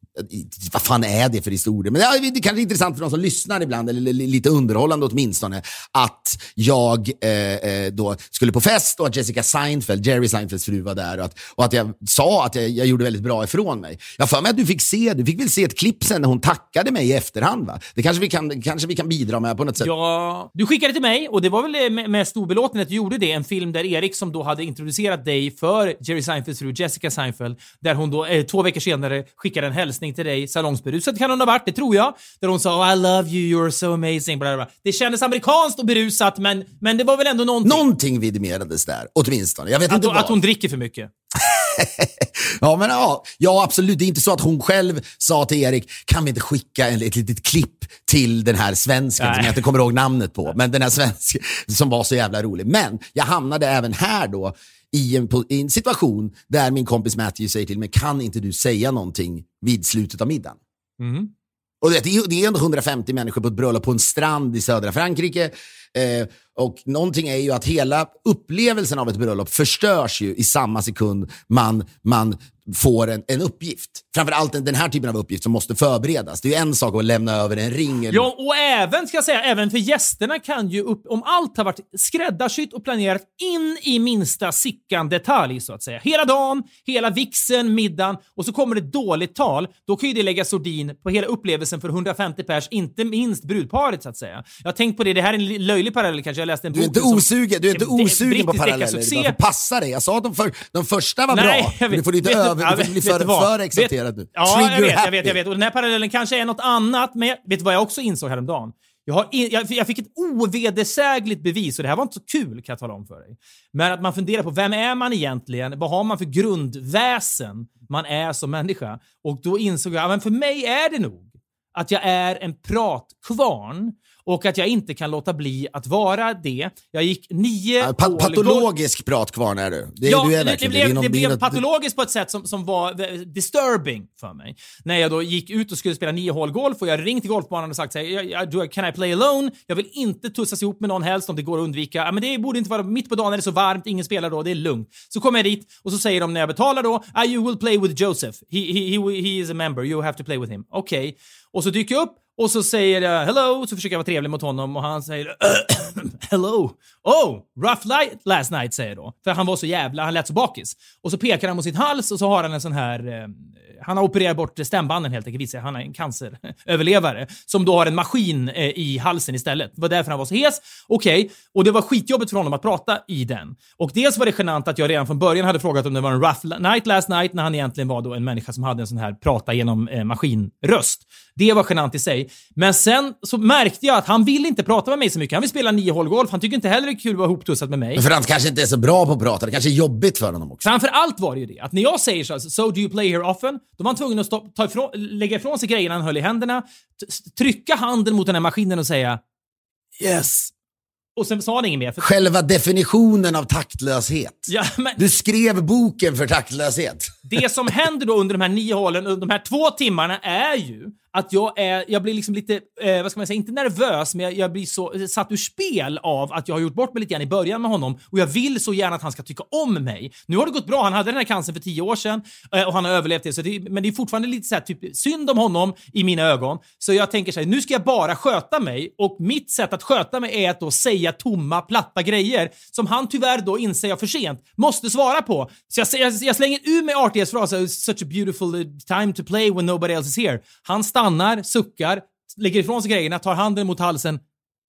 vad fan är det för historia? Men ja, det kanske är intressant för de som lyssnar ibland, eller lite underhållande åtminstone, att jag eh, då skulle på fest och att Jessica Seinfeld, Jerry Seinfelds fru, var där och att, och att jag sa att jag, jag gjorde väldigt bra ifrån mig. Jag för mig att du fick se, du fick väl se ett klipp sen när hon tackade mig i efterhand, va? Det kanske vi kan, kanske vi kan bidra med på något sätt. Ja, du skickade till mig och det var väl med, med stor belåtenhet att du gjorde det. En film där Erik, som då hade introducerat dig för Jerry Seinfelds fru Jessica Seinfeld, där hon då eh, två veckor senare skickade en hälsning till dig, salongsberusad kan hon ha varit, det tror jag, där hon sa I love you, you're so amazing, bla bla bla. Det kändes amerikanskt och berusat, men, men det var väl ändå någonting. Någonting vidimerades där, åtminstone. Jag vet att, inte vad. Att hon dricker för mycket. ja, men ja, ja, absolut. Det är inte så att hon själv sa till Erik, kan vi inte skicka en, ett litet klipp till den här svensken, Nej. som jag inte kommer ihåg namnet på, men den här svensken som var så jävla rolig. Men jag hamnade även här då i en, i en situation där min kompis Matthew säger till mig, kan inte du säga någonting vid slutet av middagen? Mm. Och det är, det är ändå hundrafemtio människor på ett bröllop på en strand i södra Frankrike. Eh, och någonting är ju att hela upplevelsen av ett bröllop förstörs ju i samma sekund man, man får en, en uppgift. Framförallt den här typen av uppgift som måste förberedas. Det är ju en sak att lämna över en ring. Eller... Ja, och även, ska jag säga, även för gästerna kan ju, upp, om allt har varit skräddarsytt och planerat in i minsta sickan detalj så att säga. Hela dagen, hela vixen, middagen, och så kommer det dåligt tal, då kan ju det lägga sordin på hela upplevelsen för hundrafemtio pers, inte minst brudparet så att säga. Jag har tänkt på det, det här är en löjlig parallell kanske, jag läste en bok. Du är inte osugen, du är inte osugen på paralleller. Passa dig, jag sa att de, för, de första var Nej, bra. Jag vet, du får inte vet, över, ja, du får bli för, för exalterad nu. Ja, jag vet, jag vet, jag vet. Och den här parallellen kanske är något annat, men vet du vad jag också insåg häromdagen? Jag, har in, jag, jag fick ett ovedersägligt bevis, och det här var inte så kul, kan jag tala om för dig. Men att man funderar på, vem är man egentligen? Vad har man för grundväsen man är som människa? Och då insåg jag, men för mig är det nog att jag är en pratkvarn. Och att jag inte kan låta bli att vara det. Jag gick nio ja, pa- Patologisk pratkvarn är du. Det, ja, du är det, det blev, det blev patologiskt på ett sätt som, som var disturbing för mig. När jag då gick ut och skulle spela nio hål golf och jag ringt till golfbanan och sagt så här, can I play alone? Jag vill inte tussas ihop med någon helst om det går att undvika. Ja, men det borde inte vara mitt på dagen när det är så varmt, ingen spelar då, det är lugnt. Så kommer jag dit och så säger de när jag betalar då, ah, you will play with Joseph. He, he, he, he is a member, you have to play with him. Okej. Okay. Och så dyker jag upp och så säger jag hello, så försöker jag vara trevlig mot honom och han säger hello. Oh, rough light last night, säger jag då. För han var så jävla, han lät så bakis. Och så pekar han mot sin hals och så har han en sån här, eh, han har opererat bort stämbanden helt enkelt, visar han är en canceröverlevare som då har en maskin eh, i halsen istället. Det var därför han var så hes. Okej, okay. Och det var skitjobbigt för honom att prata i den. Och dels var det genant att jag redan från början hade frågat om det var en rough night last night, när han egentligen var då en människa som hade en sån här prata genom eh, maskinröst. Det var genant i sig. sig. Men sen så märkte jag att han vill inte prata med mig så mycket. Han vill spela nio hål golf. Han tycker inte heller det är kul att vara ihoptussad med mig. Men för han kanske inte är så bra på att prata. Det kanske är jobbigt för honom också. Framför allt var det ju det. Att när jag säger så, so do you play here often? Då var han tvungen att stoppa, ta ifrån, lägga ifrån sig grejerna han höll i händerna. T- trycka handen mot den här maskinen och säga yes. Och sen sa han inget mer. För... Själva definitionen av taktlöshet. Ja, men... Du skrev boken för taktlöshet. Det som händer då under de här nio hålen, under de här två timmarna är ju att jag är, jag blir liksom lite, eh, vad ska man säga, inte nervös, men jag, jag blir så satt ur spel av att jag har gjort bort mig lite grann i början med honom och jag vill så gärna att han ska tycka om mig. Nu har det gått bra, han hade den här cancern för tio år sedan eh, och han har överlevt det, så det, men det är fortfarande lite så här, typ synd om honom i mina ögon. Så jag tänker så här, nu ska jag bara sköta mig och mitt sätt att sköta mig är att då säga tomma, platta grejer som han tyvärr då inser jag för sent måste svara på. Så jag, jag, jag slänger ur med R T S-fraser, such a beautiful time to play when nobody else is here. Han stannar, suckar, lägger ifrån sig grejerna, tar handen mot halsen.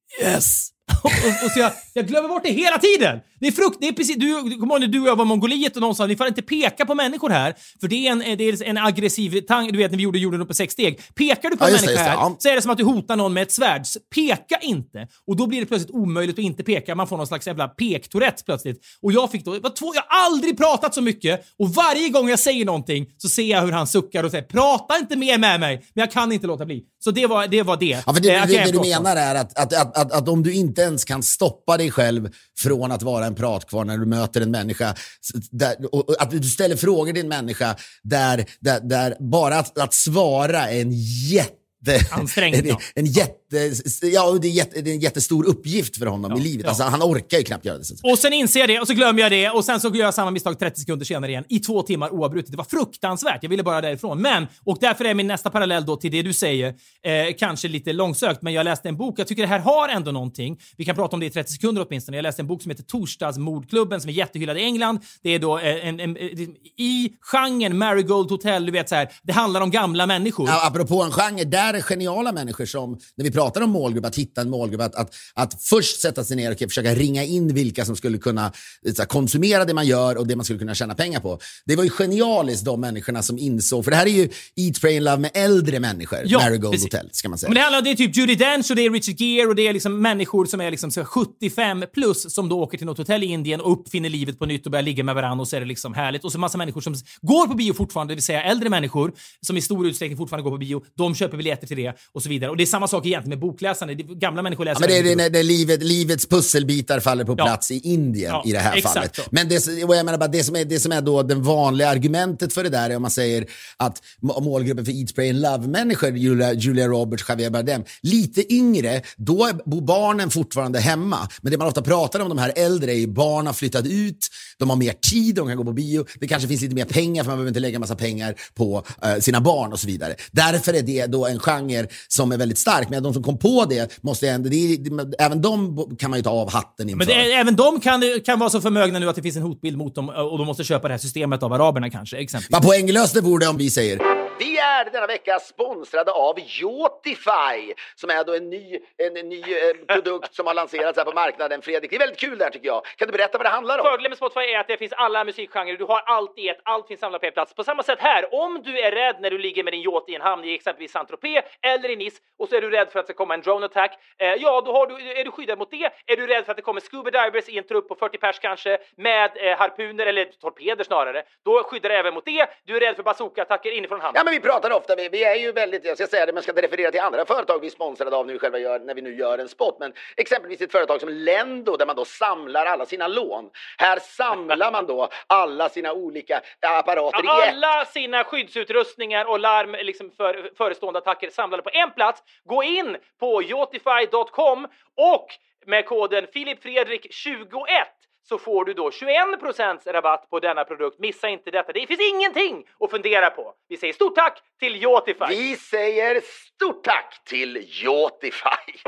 Yes! och, och, och så jag, jag glömmer bort det hela tiden. Det är frukt, det är precis, du, du kommer ihåg när du och jag var i Mongoliet och någon sa, ni får inte peka på människor här, för det är en, det är en aggressiv tang, du vet när vi gjorde jorden på sex steg. Pekar du på ja, en människa människa det, här, ja. så är det som att du hotar någon med ett svärd. Peka inte. Och då blir det plötsligt omöjligt att inte peka. Man får någon slags jävla pek-tourette plötsligt. Och jag fick då, jag, var två, jag har aldrig pratat så mycket, och varje gång jag säger någonting så ser jag hur han suckar och säger, prata inte mer med mig, men jag kan inte låta bli. Så det var det. Var det. Ja, för det, det, det, det du menar är att, att, att, att, att om du inte ens kan stoppa dig själv från att vara en pratkvarn när du möter en människa, där, och, och att du ställer frågor till en människa där, där, där bara att, att svara är en jätte ansträngd, en, en jätte ja, det är, jätte, det är en jättestor uppgift för honom ja, i livet. ja. Alltså, han orkar ju knappt göra det. Och sen inser jag det, och så glömmer jag det, och sen så gör jag samma misstag trettio sekunder senare igen i två timmar oavbrutet. Det var fruktansvärt, jag ville bara därifrån. Men, och därför är min nästa parallell då till det du säger, eh, kanske lite långsökt, men jag läste en bok, jag tycker det här har ändå någonting. Vi kan prata om det i trettio sekunder åtminstone. Jag läste en bok som heter Torsdagsmordklubben, som är jättehyllad i England. Det är då en, en, en, i genren Marigold Hotel, du vet så här, det handlar om gamla människor. Ja, apropå en genre, där är geniala människor som, när vi pratar om målgrupp, att hitta en målgrupp, att, att, att först sätta sig ner och försöka ringa in vilka som skulle kunna så här, konsumera det man gör och det man skulle kunna tjäna pengar på. Det var ju genialiskt, de människorna som insåg, för det här är ju Eat, Pray and Love med äldre människor, ja, Marigold precis. Hotel ska man säga. Men det handlar om, det är typ Judi Dench och det är Richard Gere och det är liksom människor som är liksom så sjuttiofem plus som då åker till något hotell i Indien och uppfinner livet på nytt och börjar ligga med varandra, och så är det liksom härligt. Och så massa människor som går på bio fortfarande, det vill säga äldre människor som i stor utsträckning fortfarande går på bio, de köper biljetter till det och så vidare. Och det är samma sak egentligen med bokläsande. Gamla människor läser. Ja, men det är när, när livet, livets pusselbitar faller på plats, ja, i Indien, ja, i det här fallet. Så. Men det, och jag menar bara, det som är det som är då det vanliga argumentet för det där är om man säger att målgruppen för Eat, Pray and Love-människor, Julia, Julia Roberts, Javier Bardem, lite yngre, då bor barnen fortfarande hemma. Men det man ofta pratar om, de här äldre, är barn har flyttat ut, de har mer tid, de kan gå på bio, det kanske finns lite mer pengar för man behöver inte lägga massa pengar på uh, sina barn och så vidare. Därför är det då en genre som är väldigt stark, men de som kom på det måste ändå, det är, även de kan man ju ta av hatten inför. Men det är, även de kan, kan vara så förmögna nu att det finns en hotbild mot dem och de måste köpa det här systemet av araberna kanske, exempelvis. Vad poänglöst det vore om vi säger: vi är denna vecka sponsrade av Yotify, som är då en ny, en, en ny eh, produkt som har lanserats här på marknaden, Fredrik. Det är väldigt kul där tycker jag. Kan du berätta vad det handlar om? Fördelen med Spotify är att det finns alla musikgenrer. Du har allt i ett, allt finns samlat på en plats. På samma sätt här, om du är rädd när du ligger med din yacht i en hamn i exempelvis Saint-Tropez eller i Nice, och så är du rädd för att det ska komma en drone attack, eh, ja, då har du, är du skyddad mot det. Är du rädd för att det kommer scuba divers i en trupp på fyrtio pers kanske med eh, harpuner eller torpeder snarare, då skyddar du även mot det. Du är rädd för bazooka-attacker inifrån hamnen. Ja, men vi pratar ofta, vi, vi är ju väldigt, jag ska säga det, men ska inte referera till andra företag vi är sponsrade av när vi själva gör, när vi nu gör en spot, men exempelvis ett företag som Lendo, där man då samlar alla sina lån. Här samlar man då alla sina olika apparater, ja, i ett. Alla sina skyddsutrustningar och larm liksom för förestående attacker samlade på en plats. Gå in på yotify dot com och med koden Filip Fredrik tjugoett så får du då tjugoen procent rabatt på denna produkt. Missa inte detta. Det finns ingenting att fundera på. Vi säger stort tack till Yotify. Vi säger stort tack till Yotify.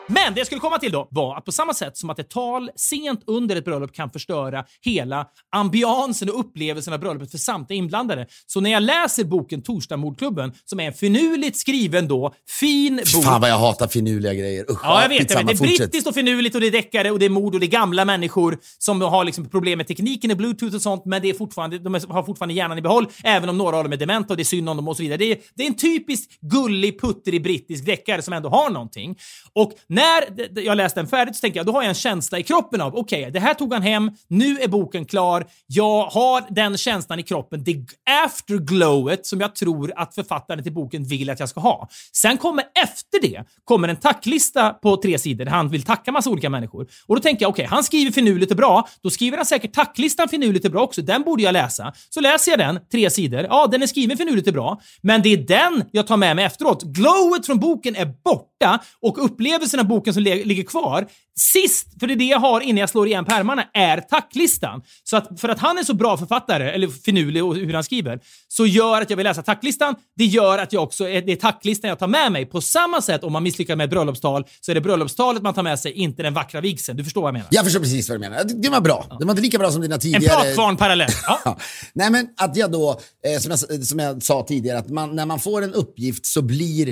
Men det jag skulle komma till då var att på samma sätt som att ett tal sent under ett bröllop kan förstöra hela ambiansen och upplevelsen av bröllopet för samtliga inblandade. Så när jag läser boken Torsdagsmordklubben, som är en finurligt skriven då, fin bok. Fan vad jag hatar finurliga grejer. Usch, ja, jag vet, jag vet. Det är fortsätt. brittiskt och finurligt och det är deckare och det är mord och det är gamla människor som har liksom problem med tekniken i Bluetooth och sånt, men det är fortfarande, de har fortfarande hjärnan i behåll, även om några av dem är dementa och det är synd om dem och så vidare. Det är, det är en typisk gullig, puttrig brittisk deckare som ändå har någonting. Och när jag läste den färdigt så tänkte jag, då har jag en känsla i kroppen av, okej, okay, det här tog han hem, nu är boken klar, jag har den känslan i kroppen, det afterglowet som jag tror att författaren till boken vill att jag ska ha. Sen kommer efter det, kommer en tacklista på tre sidor där han vill tacka massa olika människor. Och då tänker jag, okej, okay, han skriver finurligt och bra, då skriver han säkert tacklistan finurligt och bra också, den borde jag läsa. Så läser jag den, tre sidor, ja, den är skriven finurligt och bra, men det är den jag tar med mig efteråt. Glowet från boken är borta och upplevelsen av boken som ligger kvar sist, för det är det jag har innan jag slår igen pärmarna, är tacklistan. Så att för att han är så bra författare, eller finurlig och hur han skriver, så gör att jag vill läsa tacklistan. Det gör att jag också, det är tacklistan jag tar med mig. På samma sätt, om man misslyckas med ett bröllopstal, så är det bröllopstalet man tar med sig, inte den vackra vigseln. Du förstår vad jag menar? Jag förstår precis vad du menar. Det var bra. Ja. Det var inte lika bra som dina tidigare... En pratkvarn-parallell. Ja. Nej, men att jag då, eh, som, jag, som jag sa tidigare, att man, när man får en uppgift så blir... Eh,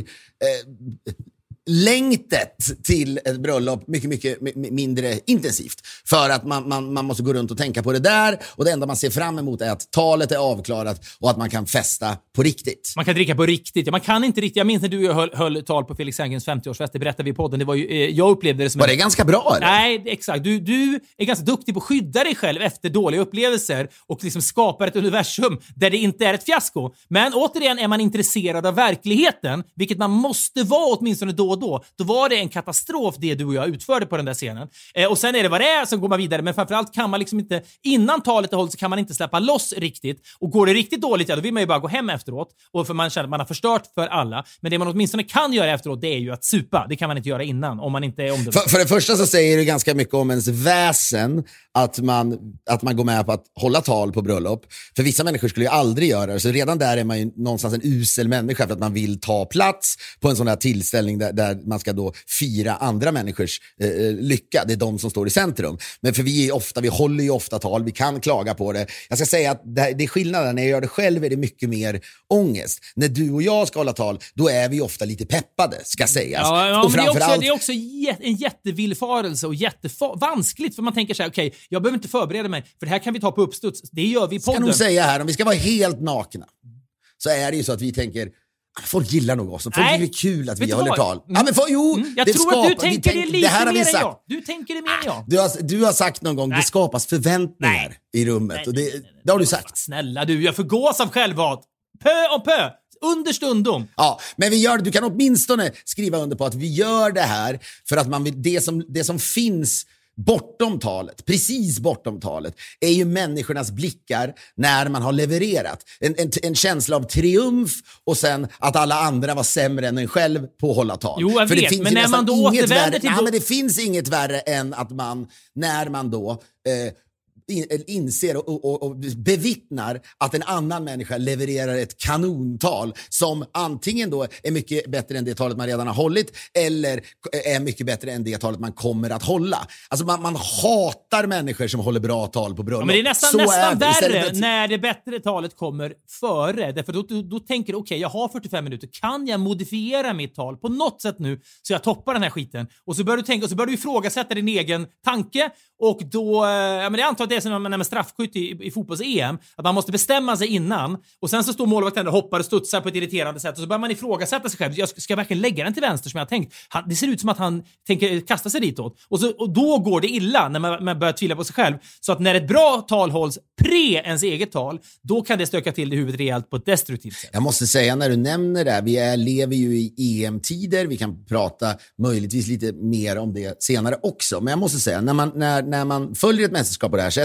längtet till ett bröllop mycket, mycket mindre intensivt. För att man, man, man måste gå runt och tänka på det där. Och det enda man ser fram emot är att talet är avklarat och att man kan festa på riktigt. Man kan dricka på riktigt. Ja, man kan inte riktigt. Jag minns när du och jag höll, höll tal på Felix Herngren's femtioårsfest. Det berättade vi i podden. Det var ju, eh, jag upplevde det som... Var en... det ganska bra, eller? Nej, exakt. Du, du är ganska duktig på att skydda dig själv efter dåliga upplevelser och liksom skapar ett universum där det inte är ett fiasko. Men återigen, är man intresserad av verkligheten, vilket man måste vara åtminstone då och då, då var det en katastrof det du och jag utförde på den där scenen. Eh, och sen är det vad det är, så går man vidare. Men framförallt kan man liksom inte, innan talet är hållit så kan man inte släppa loss riktigt. Och går det riktigt dåligt, ja, då vill man ju bara gå hem efteråt. Och för man känner att man har förstört för alla. Men det man åtminstone kan göra efteråt, det är ju att supa. Det kan man inte göra innan, om man inte är om det. För, för det första så säger det ganska mycket om ens väsen att man, att man går med på att hålla tal på bröllop. För vissa människor skulle ju aldrig göra det. Så redan där är man ju någonstans en usel människa för att man vill ta plats på en sån här tillställning där, där man ska då fira andra människors eh, lycka. Det är de som står i centrum. Men för vi är ofta, vi håller ju ofta tal, vi kan klaga på det. Jag ska säga att det, det är skillnaden. När jag gör det själv är det mycket mer ångest. När du och jag ska hålla tal, då är vi ofta lite peppade, ska sägas. Ja, ja, och men framförallt... det är också, det är också en jättevillfarelse och jättevanskligt, för man tänker så här, okej, okay, jag behöver inte förbereda mig, för det här kan vi ta på uppstuds. Det gör vi i podden. Ska nog säga här, om vi ska vara helt nakna, så är det ju så att vi tänker, folk gillar nog oss. Folk tycker det är kul att vi håller tal. Mm. Ja, men för, jo, mm. Jag det tror skapar, att du tänker det, det lite det mer än jag. Du tänker det mer än jag. Du har, du har sagt någon gång, nej, det skapas förväntningar nej. i rummet. Nej, och det, nej, nej, nej, det har du sagt. Snälla du, jag förgås av självhat. Pö om pö. Under stundom. Ja, men vi gör, du kan åtminstone skriva under på att vi gör det här för att man vill, det som, det som finns bortom talet, precis bortom talet, är ju människornas blickar när man har levererat. En, en, en känsla av triumf och sen att alla andra var sämre än en själv på att hålla tal. Jo, jag För vet, det finns men när man då återvänder till... Ja, men det finns inget värre än att man, när man då... Eh, inser och, och, och bevittnar att en annan människa levererar ett kanontal som antingen då är mycket bättre än det talet man redan har hållit eller är mycket bättre än det talet man kommer att hålla. Alltså man, man hatar människor som håller bra tal på bröllop. Ja, men det är nästan, Så nästan är det. värre att... när det bättre talet kommer före. Därför då, då, då tänker du, okej, okay, jag har fyrtiofem minuter. Kan jag modifiera mitt tal på något sätt nu så jag toppar den här skiten? Och så börjar du tänka, och så börjar du ifrågasätta din egen tanke. Och då, ja, men det antar att det är som när man straffskytt i, i fotbolls-E M, att man måste bestämma sig innan, och sen så står målvakten och hoppar och studsar på ett irriterande sätt, och så börjar man ifrågasätta sig själv. Jag ska, ska jag verkligen lägga den till vänster som jag har tänkt? Han, det ser ut som att han tänker kasta sig ditåt. Och, så, och då går det illa när man, man börjar tvivla på sig själv. Så att när ett bra tal hålls pre ens eget tal, då kan det stöka till det i huvudet rejält på ett destruktivt sätt. Jag måste säga, när du nämner det, vi är, lever ju i E M-tider, vi kan prata möjligtvis lite mer om det senare också, men jag måste säga, när man, när, när man följer ett mästerskap på det här sättet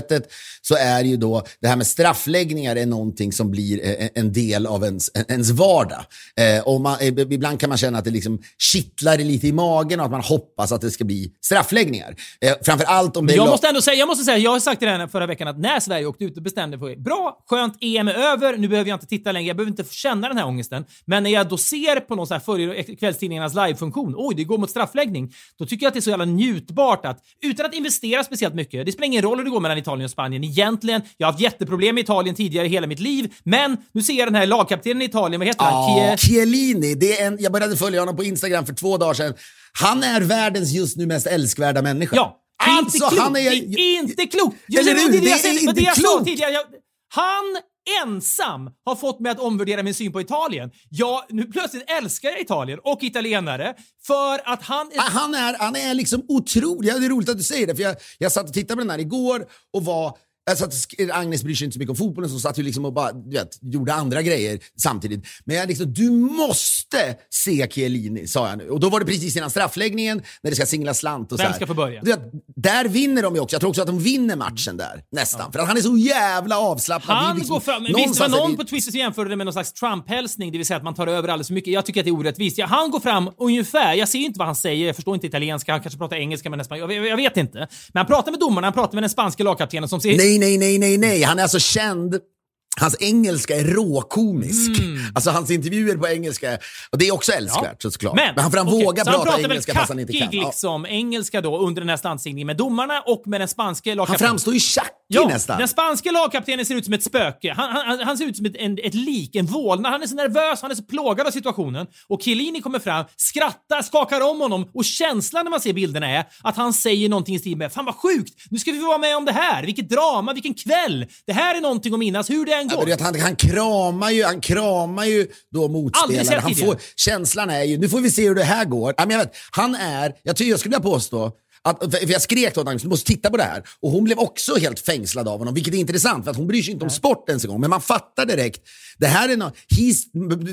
sättet så är ju då det här med straffläggningar är någonting som blir eh, en del av ens, ens vardag. Eh, och man, eh, ibland kan man känna att det liksom kittlar lite i magen och att man hoppas att det ska bli straffläggningar. Eh, framförallt om det jag är... måste ändå säga, jag måste säga, jag har sagt det här förra veckan att när Sverige åkte ut och bestämde på bra, skönt, E M är över, nu behöver jag inte titta längre, jag behöver inte känna den här ångesten. Men när jag då ser på någon sån här för kvällstidningarnas livefunktion, oj, det går mot straffläggning, då tycker jag att det är så jävla njutbart att, utan att investera speciellt mycket, det spelar ingen roll hur det går mellan Italien och Spanien egentligen. Jag har haft jätteproblem med Italien tidigare i hela mitt liv, men nu ser jag den här lagkaptenen i Italien, vad heter han? Ja, Chiellini, det är en, jag började följa honom på Instagram för två dagar sedan. Han är världens just nu mest älskvärda människa. Ja, det är alltså, inte klokt. Han är, det är inte klokt. Jag, eller hur? det, det, det är är inte inte jag klokt. sa tidigare. Jag, han ensam har fått mig att omvärdera min syn på Italien. Jag nu plötsligt älskar jag Italien och italienare för att han är... Han är, han är liksom otrolig. Ja, det är roligt att du säger det, för jag, jag satt och tittade på den här igår och var... Jag satt, Agnes bryr sig inte så mycket om fotbollen, så satt ju liksom och bara, du vet, gjorde andra grejer samtidigt. Men jag liksom, du måste se Chiellini, sa jag nu. Och då var det precis innan straffläggningen, när det ska singla slant och så här. Vem ska få börja? Du vet, där vinner de ju också. Jag tror också att de vinner matchen där, nästan. Ja. För att han är så jävla avslappnad. Han liksom, går fram. Men visst var någon på Twitter som jämförde det med någon slags Trump-hälsning, det vill säga att man tar över alldeles för mycket. Jag tycker att det är orättvist. Ja, han går fram ungefär, jag ser inte vad han säger, jag förstår inte italienska, han kanske pratar engelska med nästan, jag, jag vet inte. Men han pratar med domarna, han pratar med den spanska lagkaptenen som säger... Nej, nej, nej, nej, nej. Han är alltså känd. Hans engelska är råkomisk. Mm. Alltså hans intervjuer på engelska, och det är också älskvärt, ja. såklart. Men, men han får han okay. våga prata engelska fast han inte kan. Liksom, ja. engelska då under den här standsingningen med domarna och med den spanska lagkaptenen. Han framstår ju tjackig ja, nästan. Den spanska lagkaptenen ser ut som ett spöke. Han, han, han ser ut som ett, en, ett lik, en vålnad. Han är så nervös, han är så plågad av situationen. Och Chiellini kommer fram, skrattar, skakar om honom, och känslan när man ser bilderna är att han säger någonting i stil med: fan vad sjukt, nu ska vi få vara med om det här. Vilket drama, vilken kväll. Det här är någonting att minnas, hur det än går. Ja, han, han kramar ju, han kramar ju då motspelare. Han får, känslan är ju, nu får vi se hur det här går. Jag vet, han är, jag tycker jag skulle vilja påstå att, för jag skrek åt honom, du måste titta på det här. Och hon blev också helt fängslad av honom, vilket är intressant, för att hon bryr sig inte om sport ens en gång. Men man fattar direkt, det här är no, his,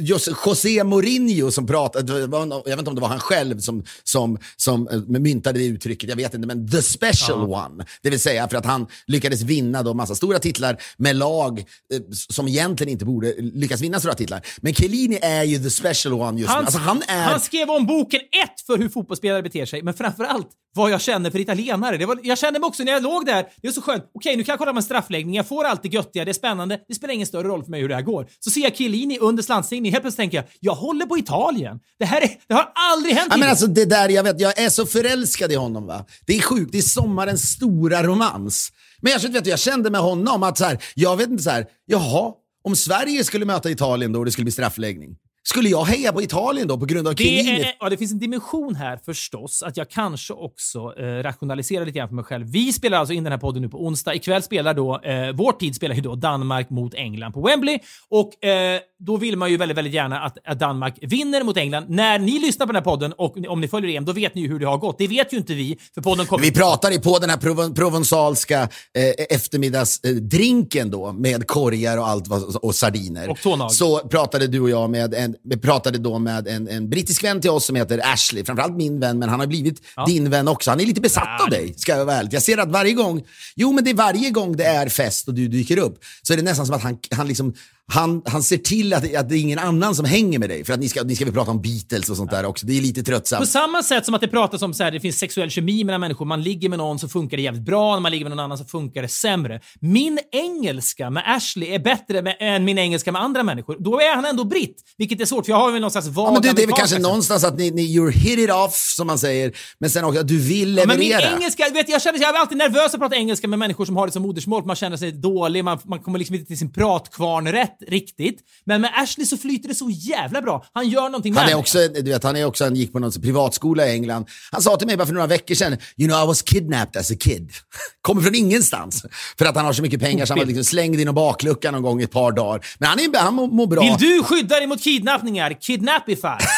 José Mourinho som pratade, jag vet inte om det var han själv som, som, som myntade det uttrycket, jag vet inte, men the special ja. one. Det vill säga för att han lyckades vinna då massa stora titlar med lag eh, som egentligen inte borde lyckas vinna stora titlar. Men Chiellini är ju the special one just han, nu. Alltså, han, är... han skrev om boken ett för hur fotbollsspelare beter sig, men framförallt vad jag känner för italienare. Det var, jag kände mig också när jag låg där, det är så skönt. Okej, nu kan jag kolla med en straffläggning, jag får allt det göttiga, det är spännande, det spelar ingen större roll för mig hur det här går. Så ser jag Chiellini under slantsingning, helt plötsligt tänker jag, jag håller på Italien. Det här är, det har aldrig hänt. Ja, men alltså det där, jag vet, jag är så förälskad i honom, va. Det är sjukt, det är sommarens stora romans. Men jag, vet, jag kände med honom att så här, jag vet inte så här, jaha, om Sverige skulle möta Italien då och det skulle bli straffläggning, skulle jag heja på Italien då på grund av Chiellini? Det, ja, det finns en dimension här förstås, att jag kanske också eh, rationaliserar lite grann för mig själv. Vi spelar alltså in den här podden nu på onsdag. Ikväll spelar då, eh, vår tid spelar ju då Danmark mot England på Wembley. Och eh, då vill man ju väldigt, väldigt gärna att, att Danmark vinner mot England. När ni lyssnar på den här podden och om ni följer E M, då vet ni ju hur det har gått. Det vet ju inte vi, för podden kommer... Vi pratar ju på den här prov- provensalska eh, eftermiddagsdrinken då, med korgar och allt och, och sardiner. Och tånag. Så pratade du och jag med en Vi pratade då med en, en brittisk vän till oss som heter Ashley. Framförallt min vän, men han har blivit ja. din vän också. Han är lite besatt ja. av dig, ska jag vara ärlig. Jag ser att varje gång, jo men det är varje gång det är fest och du dyker upp, så är det nästan som att han, han liksom Han, han ser till att, att det är ingen annan som hänger med dig. För att ni ska, ni ska väl prata om Beatles och sånt där också. Det är lite tröttsamt. På samma sätt som att det pratas om så här, det finns sexuell kemi mellan människor. Man ligger med någon så funkar det jävligt bra. När man ligger med någon annan så funkar det sämre. Min engelska med Ashley är bättre med, än min engelska med andra människor. Då är han ändå britt. Vilket är svårt, för jag har väl någon slags vag... Ja, men du, det är väl kanske någonstans att ni, ni you're hit it off, som man säger. Men sen också att du vill leverera. Ja, men min engelska, vet, jag känner jag är alltid nervös att prata engelska med människor som har det som modersmål. Man känner sig dålig, man, man kommer liksom inte till sin pratkvarn rätt riktigt. Men med Ashley så flyter det så jävla bra. Han gör någonting med han är också, du vet, han är också, han gick på någon privatskola i England. Han sa till mig bara för några veckor sedan, you know, I was kidnapped as a kid. Kommer från ingenstans. För att han har så mycket pengar så han var liksom slängd in och bakluckan någon gång i ett par dagar. Men han, är, han mår, mår bra. Vill du skydda dig mot kidnappningar? Kidnapify.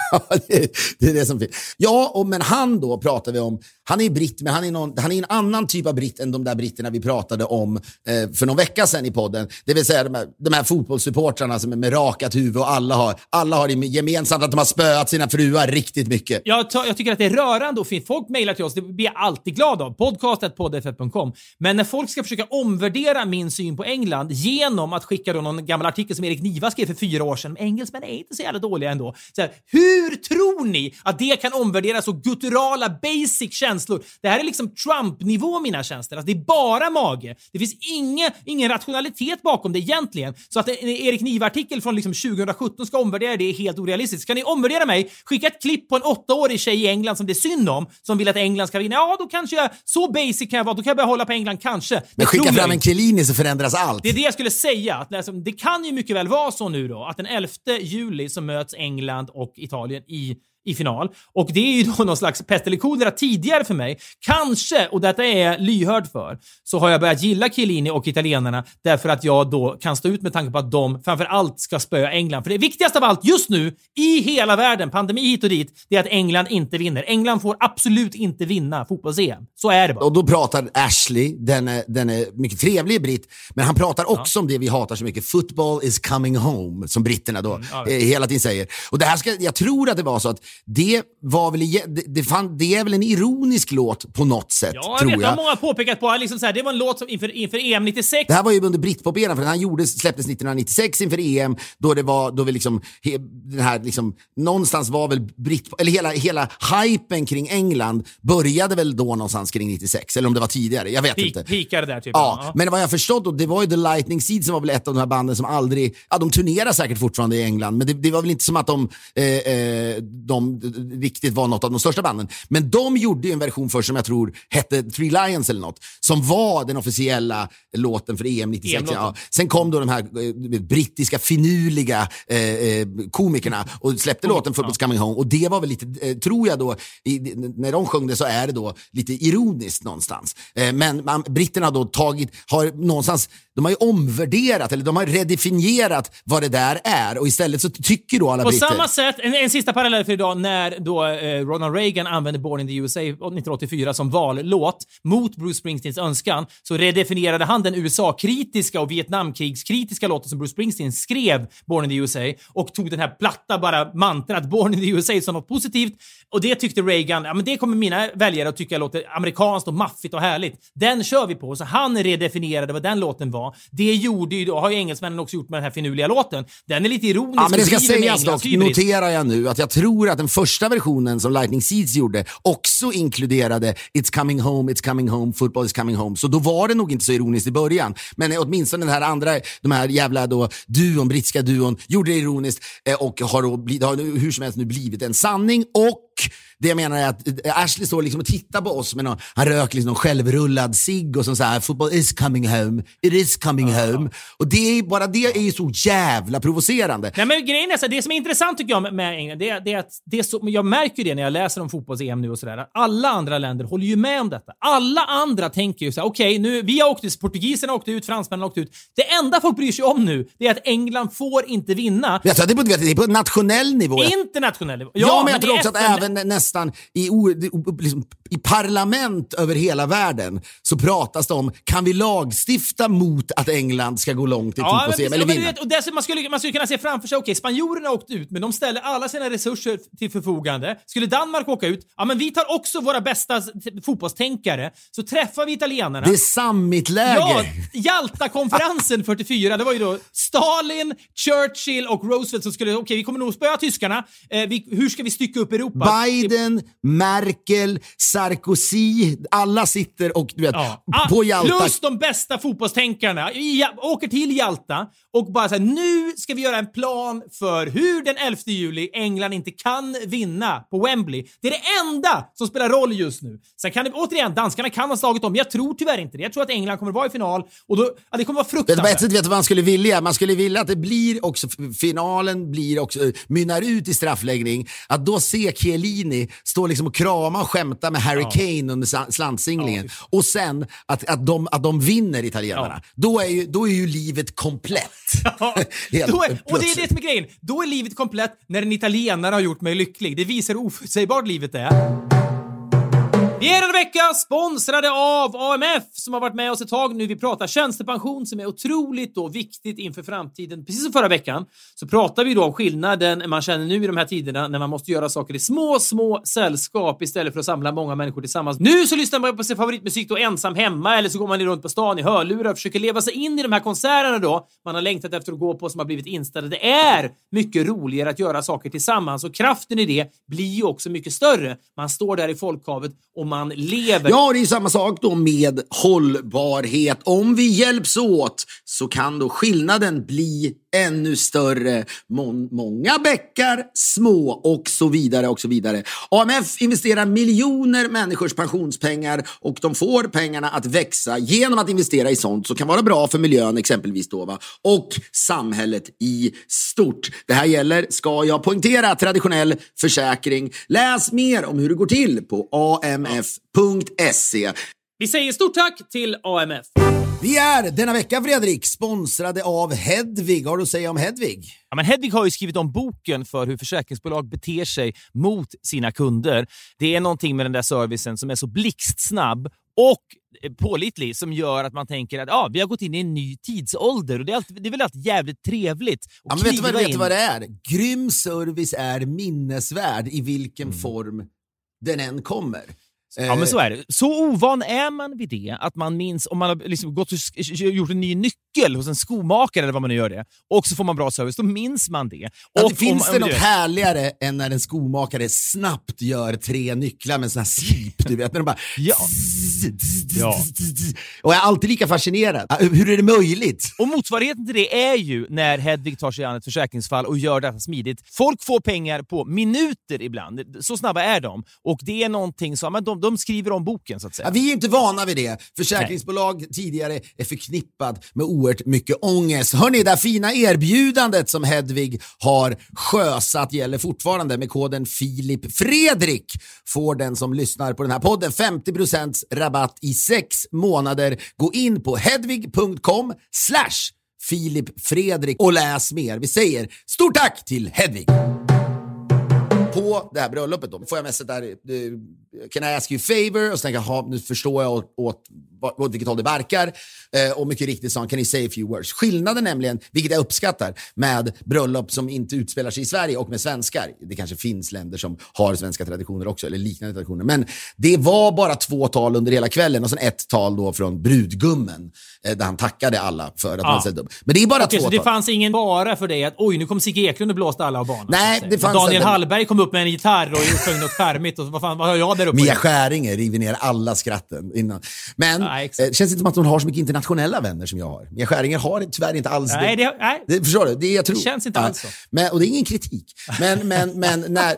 det, det är det som finns. Ja, och, men han då pratar vi om. Han är britt, men han är, någon, han är en annan typ av britt än de där britterna vi pratade om eh, för någon vecka sedan i podden. Det vill säga de här, de här fotbollssupportrarna som är med rakat huvud och alla har, alla har det gemensamt att de har spöat sina fruar riktigt mycket. Jag, ta, jag tycker att det är rörande och fint. Folk mejlar till oss, det blir jag alltid glad av. Podcastet podd f f punkt com. Men när folk ska försöka omvärdera min syn på England genom att skicka då någon gammal artikel som Erik Niva skrev för fyra år sedan. Engelsmän är inte så jävla dåliga ändå. Så här, hur tror ni att det kan omvärdera så gutturala basic känslor? Det här är liksom Trump-nivå, mina känslor. Alltså, det är bara mage. Det finns inga, ingen rationalitet bakom det egentligen. Så att en Erik Niva-artikel från liksom tjugo sjutton ska omvärdera det är helt orealistiskt. Kan ni omvärdera mig? Skicka ett klipp på en åttaårig tjej i England som det är synd om, som vill att England ska vinna. Ja, då kanske jag, så basic kan jag vara. Då kan jag börja hålla på England, kanske. Men skicka fram en Chiellini så förändras allt. Det är det jag skulle säga. Att, alltså, det kan ju mycket väl vara så nu då, att den elfte juli så möts England och Italien i i final. Och det är ju då någon slags pest eller kolera tidigare för mig. Kanske, och detta är jag lyhörd för, så har jag börjat gilla Chiellini och italienarna därför att jag då kan stå ut med tanke på att de framför allt ska spöa England. För det viktigaste av allt just nu i hela världen, pandemi hit och dit, det är att England inte vinner. England får absolut inte vinna fotbolls-E M. Så är det bara. Och då pratar Ashley, den är, den är mycket trevlig britt, men han pratar också ja. om det vi hatar så mycket. Football is coming home, som britterna då mm, ja, hela tiden säger. Och det här ska, jag tror att det var så att det var väl det, det, fan, det är väl en ironisk låt på något sätt, ja, tror jag. Ja, många har påpekat på liksom så här, det var en låt som inför, inför E M nittiosex. Det här var ju under Britpop-eran, för den här gjordes, släpptes nittonhundranittiosex inför E M, då det var då vi liksom he, den här liksom någonstans var väl Britpop, eller hela hela hypen kring England började väl då någonstans kring nittiosex, eller om det var tidigare, jag vet Peak, inte. Pikade där typ. Ja, ja, men vad jag förstått då, det var ju The Lightning Seed som var väl ett av de här banden som aldrig, ja, de turnerar säkert fortfarande i England, men det, det var väl inte som att de eh, eh, de riktigt var något av de största banden. Men de gjorde ju en version för som jag tror hette Three Lions eller något, som var den officiella låten för E M nittiosex. E M ja. Sen kom då de här eh, brittiska finurliga eh, eh, komikerna och släppte mm, låten Football's ja. Coming Home, och det var väl lite, eh, tror jag då, i, när de sjöng det så är det då lite ironiskt någonstans. Eh, men man, britterna har då tagit, har någonstans, de har ju omvärderat eller de har redefinierat vad det där är, och istället så tycker då alla på britter. På samma sätt, en, en sista parallell för idag, när då eh, Ronald Reagan använde Born in the U S A nittonhundraåttiofyra som vallåt mot Bruce Springsteens önskan, så redefinierade han den U S A-kritiska och Vietnamkrigskritiska låten som Bruce Springsteen skrev, Born in the U S A, och tog den här platta bara mantrat Born in the U S A som något positivt, och det tyckte Reagan, ja men det kommer mina väljare att tycka låter amerikanskt och maffigt och härligt. Den kör vi på, så han redefinierade vad den låten var. Det gjorde ju då, har ju engelsmännen också gjort med den här finurliga låten. Den är lite ironisk. Ja, men det ska sägas dock, noterar jag nu, att jag tror att den första versionen som Lightning Seeds gjorde också inkluderade It's coming home, it's coming home, football is coming home. Så då var det nog inte så ironiskt i början. Men åtminstone den här andra, de här jävla då duon, brittiska duon, gjorde det ironiskt och har då blivit, har hur som helst nu blivit en sanning. Och det jag menar är att Ashley står liksom och tittar på oss, men han röker liksom någon självrullad cigg och som så här, football is coming home, it is coming uh-huh. home. Och det är bara det är ju så jävla provocerande. Nej, men grejen är så, det som är intressant tycker jag med England, det är, det är att det är så, jag märker det när jag läser om fotbolls-E M nu och sådär, alla andra länder håller ju med om detta. Alla andra tänker ju så här, okej, okay, nu vi har åkt ut, portugiserna har åkt ut, fransmännen har åkt ut. Det enda folk bryr sig om nu, det är att England får inte vinna. Jag tror att det är på, det är på nationell nivå. Internationell nivå. Ja, ja, men jag tror också att även nästan i, liksom, i parlament över hela världen så pratas det om, kan vi lagstifta mot att England ska gå långt i ja, fotbolls-E M eller vinna? Vet, och dessutom, man, skulle, man skulle kunna se framför sig, okej, okay, spanjorerna har åkt ut, men de ställer alla sina resurser till förfogande. Skulle Danmark åka ut, ja men vi tar också våra bästa fotbollstänkare, så träffar vi italienarna. Det är summitläge. Ja, Jalta-konferensen fyrtiofyra, det var ju då Stalin, Churchill och Roosevelt som skulle, okej, okay, vi kommer nog spöa tyskarna. Eh, vi, hur ska vi stycka upp Europa? Biden, Merkel, Sarkozy, alla sitter och du vet, ja. på Jalta. Plus de bästa fotbollstänkarna i, åker till Jalta och bara så här, nu ska vi göra en plan för hur den elfte juli England inte kan vinna på Wembley. Det är det enda som spelar roll just nu. Sen kan det, återigen, danskarna kan ha slagit om. Jag tror tyvärr inte det. Jag tror att England kommer vara i final och då, ja, det kommer vara fruktansvärt. Vet du vad man skulle vilja? Man skulle vilja att det blir också, finalen blir också, mynnar ut i straffläggning. Att då se Chiellini stå liksom och krama och skämta med Harry ja. Kane under slantsinglingen. Ja, och sen att, att, de, att de vinner italienarna. Ja. Då, är ju, då är ju livet komplett. Ja, Helt då är, och det är plötsligt. det som är grejen. Då är livet komplett när en italienare har gjort mig lycklig. Det visar hur oförutsägbart livet är. Vi är denna vecka sponsrade av A M F som har varit med oss ett tag nu. Vi pratar tjänstepension som är otroligt då viktigt inför framtiden. Precis som förra veckan så pratar vi då om skillnaden man känner nu i de här tiderna när man måste göra saker i små, små sällskap istället för att samla många människor tillsammans. Nu så lyssnar man på sin favoritmusik då ensam hemma eller så går man runt på stan i hörlurar och försöker leva sig in i de här konserterna då man har längtat efter att gå på som har blivit inställda. Det är mycket roligare att göra saker tillsammans och kraften i det blir ju också mycket större. Man står där i folkhavet och man lever. Ja, det är samma sak då med hållbarhet. Om vi hjälps åt så kan då skillnaden bli ännu större. Må- många bäckar små och så vidare och så vidare. A M F investerar miljoner människors pensionspengar och de får pengarna att växa genom att investera i sånt som kan vara bra för miljön exempelvis då, va? Och samhället i stort. Det här gäller, ska jag poängtera, traditionell försäkring. Läs mer om hur det går till på a m f punkt se. Vi säger stort tack till A M F. Vi är denna vecka, Fredrik, sponsrade av Hedvig. Har du att säga om Hedvig? Ja, men Hedvig har ju skrivit om boken för hur försäkringsbolag beter sig mot sina kunder. Det är någonting med den där servicen som är så blixtsnabb och pålitlig som gör att man tänker att ja, vi har gått in i en ny tidsålder och det är, alltid, det är väl alltid jävligt trevligt. Ja, men vet du vad, vet du vad det är? Grym service är minnesvärd i vilken mm. form den än kommer. Ja, men så är det. Så ovan är man vid det att man minns om man har liksom gått och gjort en ny nyckel hos en skomakare eller vad man nu gör det. Och så får man bra service, då minns man det. Och och finns om, det om något härligare än när en skomakare snabbt gör tre nycklar med en sån här slip, du vet, när de bara... Ja. Ja. Och jag är alltid lika fascinerad. Hur är det möjligt? Och motsvarigheten till det är ju när Hedvig tar sig an ett försäkringsfall och gör detta smidigt. Folk får pengar på minuter ibland. Så snabba är de. Och det är någonting som... Men de, de skriver om boken, så att säga. Ja, vi är inte vana vid det. Försäkringsbolag Nej. tidigare är förknippat med oerhört mycket ångest. Hörrni, det fina erbjudandet som Hedvig har sjösatt gäller fortfarande. Med koden Filip Fredrik får den som lyssnar på den här podden femtio procent rabatt i sex månader. Gå in på hedvig punkt com slash Filip Fredrik och läs mer. Vi säger stort tack till Hedvig. På det här bröllopet då får jag med sig där, can I ask you a favor? Och så tänker jag, nu förstår jag åt, åt, åt vilket håll det verkar. Eh, och mycket riktigt sa, can you say a few words? Skillnaden nämligen, vilket jag uppskattar, med bröllop som inte utspelar sig i Sverige och med svenskar. Det kanske finns länder som har svenska traditioner också, eller liknande traditioner. Men det var bara två tal under hela kvällen och sen ett tal då från brudgummen eh, där han tackade alla för att ja. man ställde upp. Men det är bara Okej, två så tal. Det fanns ingen bara för dig att oj, nu kom Sigge Eklund och blåste alla av banan. Nej, det fanns Daniel inte. Hallberg kom upp med en gitarr och sjöng något skärmigt och vad fan, vad har jag där uppe? Mia Skäringer river ner alla skratten innan. Men ja, eh, känns inte som att hon har så mycket internationella vänner som jag har. Mia Skäringer har tyvärr inte alls nej, det. det, nej. det. Förstår du? Det jag tror. Det känns inte ja. alls så. Men, och det är ingen kritik. Men, men, men när...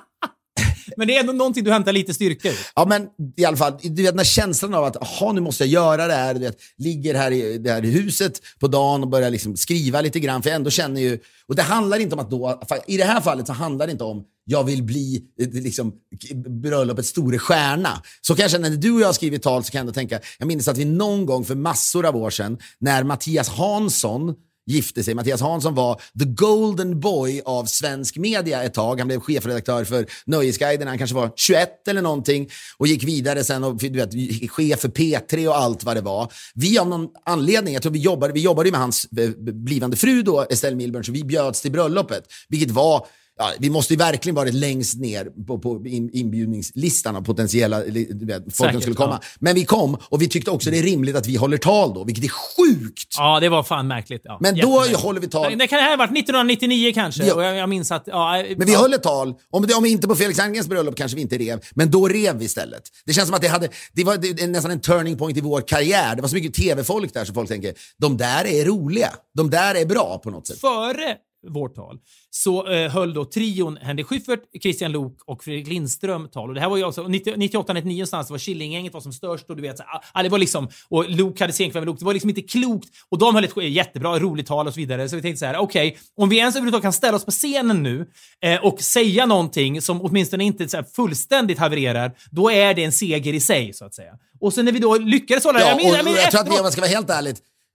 Men det är ändå någonting du hämtar lite styrka i. Ja, men i alla fall, du vet, när känslan av att aha, nu måste jag göra det här, du vet, ligger här i det här huset på dagen och börjar liksom skriva lite grann, för jag ändå känner ju, och det handlar inte om att då, i det här fallet så handlar det inte om jag vill bli liksom bröllopets stora stjärna. Så kanske när du och jag har skrivit tal så kan jag ändå tänka, jag minns att vi någon gång för massor av år sedan, när Mattias Hansson gifte sig. Mattias Hansson var the golden boy av svensk media ett tag. Han blev chefredaktör för Nöjesguiden. Han kanske var tjugoett eller någonting och gick vidare sen och du vet, chef för P tre och allt vad det var. Vi av någon anledning, jag tror vi jobbade, vi jobbade med hans blivande fru då, Estelle Milburn, så vi bjöds till bröllopet. Vilket var Ja, vi måste ju verkligen varit längst ner på, på inbjudningslistan av potentiella vet, folk som skulle komma. Ja. Men vi kom och vi tyckte också det är rimligt att vi håller tal då, vilket är sjukt. Ja, det var fan märkligt. Ja. Men då håller vi tal. Det kan ha varit nittonhundranittionio kanske. Ja. Och jag, jag minns att... Ja, men vi ja. höll ett tal. Om, det, om inte på Felix Herngren's bröllop kanske vi inte rev. Men då rev vi istället. Det känns som att det hade... Det var det, nästan en turning point i vår karriär. Det var så mycket tv-folk där så folk tänker, de där är roliga. De där är bra på något sätt. Före vårt tal så eh, höll då trion Henrik Schyffert, Christian Lok och Fredrik Lindström tal. Och det här var ju också nittioåtta nittionio någonstans, det var Killinggänget var som störst och du vet så ah, det var liksom, och Lok hade scenkväll med Lok, det var liksom inte klokt och de höll ett jättebra, roligt tal och så vidare. Så vi tänkte så här, okej, okay, om vi ens överhuvudtaget kan ställa oss på scenen nu eh, och säga någonting som åtminstone inte så här fullständigt havererar, då är det en seger i sig så att säga. Och sen när vi då lyckades hålla ja, jag, men, och, jag, men, jag tror att vi, om man ska vara helt ärligt,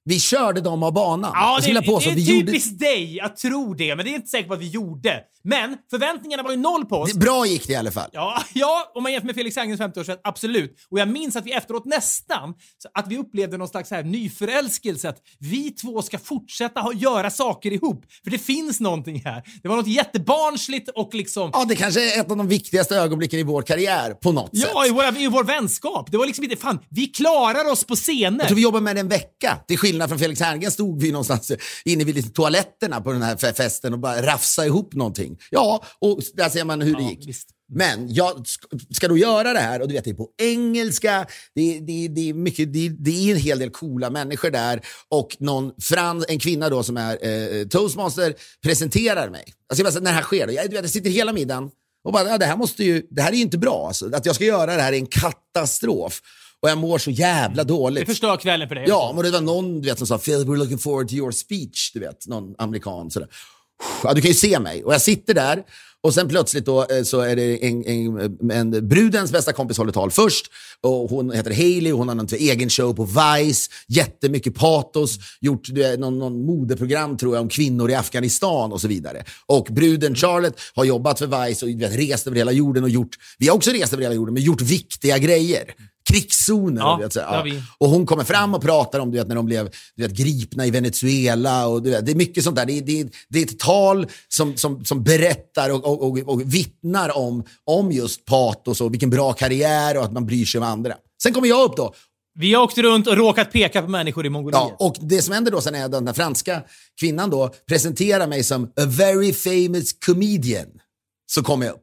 Vi körde dem av banan. Ja, det, det, det, det är vi typiskt gjorde... dig att tro det, men det är inte säkert på att vi gjorde. Men förväntningarna var ju noll på oss. Det, bra gick det i alla fall. Ja, ja, om man jämför med Felix Herngren femtio år sedan, absolut. Och jag minns att vi efteråt nästan, så att vi upplevde någon slags här nyförälskelse, att vi två ska fortsätta ha, göra saker ihop. För det finns någonting här. Det var något jättebarnsligt och liksom... Ja, det kanske är ett av de viktigaste ögonblicken i vår karriär, på något ja, sätt. Ja, i, våra, i vår vänskap. Det var liksom inte, fan, vi klarar oss på scener. Jag tror vi jobbar med det en vecka. Till skillnad från Felix Herngren stod vi någonstans inne vid lite toaletterna på den här festen och bara rafsa ihop någonting. Ja, och där ser man hur ja, det gick. Visst. Men jag ska då göra det här, och du vet, det är på engelska, det, det, det, är mycket, det, det är en hel del coola människor där, och någon frans, en kvinna då som är eh, toastmaster presenterar mig. Alltså jag bara, när det här sker, jag, jag sitter hela middagen och bara, ja, det här måste ju, det här är ju inte bra alltså. Att jag ska göra det här är en katastrof. Och jag mår så jävla dåligt. Det förstör kvällen för dig. Ja, men det var någon, du vet, som sa, Phil, we're looking forward to your speech, du vet, någon amerikan sådär. Ja, du kan ju se mig. Och jag sitter där, och sen plötsligt då så är det en, en, en brudens bästa kompis håller tal först, och hon heter Hailey och hon har någon egen show på Vice, jättemycket patos, gjort du vet, någon, någon modeprogram tror jag om kvinnor i Afghanistan och så vidare. Och bruden Charlotte har jobbat för Vice och du vet, rest över hela jorden och gjort, vi har också rest över hela jorden, men gjort viktiga grejer. Krigszoner. Ja, du vet, så, ja. Ja. Och hon kommer fram och pratar om du vet, när de blev du vet, gripna i Venezuela. Och, du vet, det är mycket sånt där. Det är, det är, det är ett tal som, som, som berättar och, och, och, och vittnar om, om just patos och vilken bra karriär och att man bryr sig om andra. Sen kommer jag upp då. Vi har åkt runt och råkat peka på människor i Mongoliet. Ja, och det som händer då sen är att den här franska kvinnan då presenterar mig som a very famous comedian. Så kommer jag upp.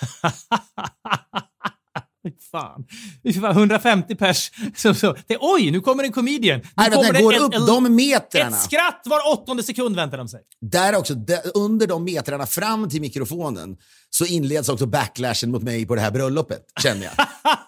Fan. fan, hundrafemtio pers. Så, så. Det, oj, nu kommer en comedian. Nu Nej, kommer det det går en, upp en, de metrarna. Ett skratt var åttonde sekund väntar de sig. Där också, där, under de metrarna fram till mikrofonen så inleds också backlashen mot mig på det här bröllopet, känner jag.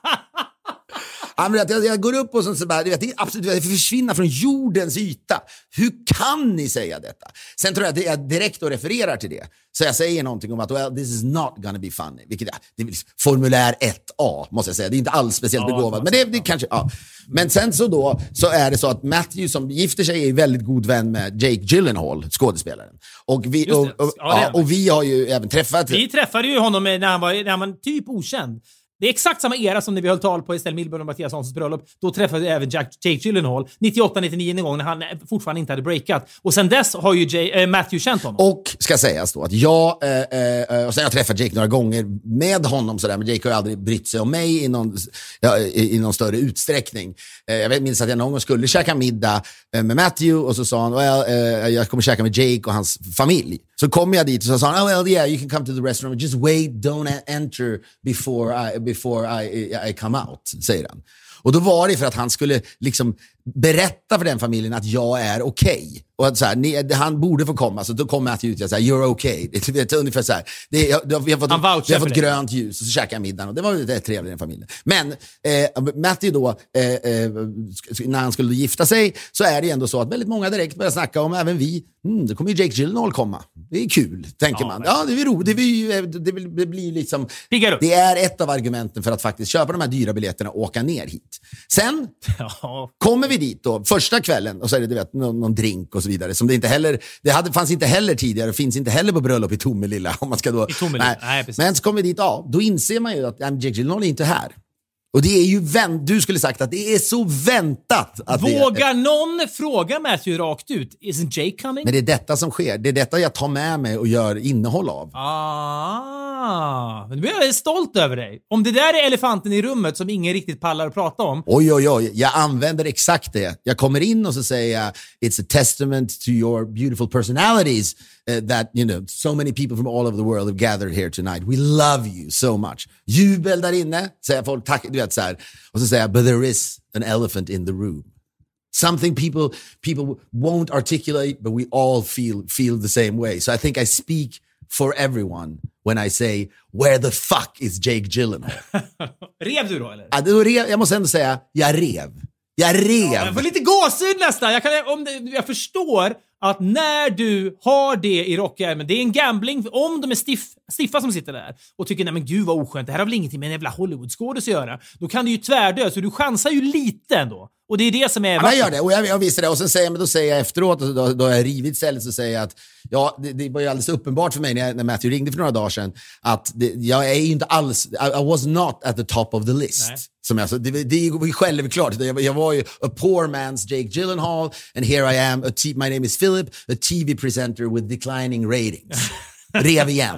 Jag, jag går upp och så, så bara, du vet, det är absolut, det försvinner från jordens yta. Hur kan ni säga detta? Sen tror jag att jag direkt och refererar till det. Så jag säger någonting om att well, this is not gonna be funny. Vilket är, det är formulär ett A, måste jag säga. Det är inte alls speciellt ja, begåvat. Men det, det kanske, ja. Men sen så då så är det så att Matthew som gifter sig är väldigt god vän med Jake Gyllenhaal, skådespelaren. Och vi, och, och, ja, ja, och vi har ju även träffat... Vi träffade ju honom när han var, när han var typ okänd. Det är exakt samma era som när vi höll tal på Estelle Milburn och Mattias Hanssons bröllop. Då träffade vi även Jack, Jake Gyllenhaal nittioåtta nittionio en gång när han fortfarande inte hade breakat. Och sen dess har ju Jay, äh, Matthew känt honom. Och ska sägas då att jag, äh, äh, och sen har jag träffat Jake några gånger med honom sådär, men Jake har ju aldrig brytt sig om mig i någon, ja, i, i någon större utsträckning. Äh, jag vet, minns att jag någon gång skulle käka middag äh, med Matthew och så sa han, well, äh, jag kommer käka med Jake och hans familj. Så kom jag dit och så sa han, oh well yeah, you can come to the restaurant, just wait, don't enter before I, before I, I come out, säger han. Och då var det för att han skulle liksom berätta för den familjen att jag är okej. Okay. Och att så här, ni, han borde få komma. Så då kommer Matthew ut och säger, you're okay. Det, det är ungefär så här. Det, jag, vi har fått, vi har fått grönt ljus och så käkar jag middagen. Och det var ju det trevligt i den familjen. Men eh, Matthew då, eh, eh, när han skulle gifta sig, så är det ändå så att väldigt många direkt börjar snacka om, även vi, mm, då kommer ju Jake Gyllenhaal komma. Det är kul, tänker ja, man. Ja, det är roligt. Det, blir, det, blir, det blir liksom... Det är ett av argumenten för att faktiskt köpa de här dyra biljetterna och åka ner hit. Sen ja. kommer vi dit då, första kvällen, och så är det du vet, någon, någon drink och så vidare, som det inte heller, det hade, fanns inte heller tidigare och finns inte heller på bröllop i Tomelilla, om man ska då, nej. Nej, men så kommer vi dit, ja, då inser man ju att Jake Gyllenhaal är inte här. Och det är ju vänt, du skulle sagt att det är så väntat. Att Vågar det, någon fråga Matthew rakt ut? Isn't Jake coming? Men det är detta som sker. Det är detta jag tar med mig och gör innehåll av. Ah, men nu är jag stolt över dig. Om det där är elefanten i rummet som ingen riktigt pallar att prata om. Oj, oj, oj. Jag använder exakt det. Jag kommer in och så säger jag, it's a testament to your beautiful personalities uh, that, you know, so many people from all over the world have gathered here tonight. We love you so much. Jubel där inne, säger folk, tack, du vet så här. Och så säger jag, but there is an elephant in the room. Something people people won't articulate, but we all feel feel the same way. So I think I speak for everyone when I say, where the fuck is Jake Gyllenhaal? Rev du då, eller? Ja, då rev, jag måste ändå säga, jag rev. Jag rev. Ja, jag får lite gåshud nästan. Jag, kan, om det, jag förstår att när du har det i rockärmen, det är en gambling. Om de är stiff, stiffa som sitter där och tycker, nej men gud vad oskönt, det här har väl ingenting med en jävla Hollywood-skådis att göra. Då kan du ju tvärdö, så du chansar ju lite ändå. Och det är det som är... Ja, jag gör det, och jag, jag visste det. Och sen säger, men då säger jag efteråt, och då, då har jag rivit stället, så säger jag att ja, det, det var ju alldeles uppenbart för mig när, jag, när Matthew ringde för några dagar sedan att det, jag är ju inte alls, I, I was not at the top of the list. Nej. Som jag, så det, det är ju självklart. Jag, jag var ju a poor man's Jake Gyllenhaal, and here I am, a t- my name is Philip, a T V presenter with declining ratings. Rev igen.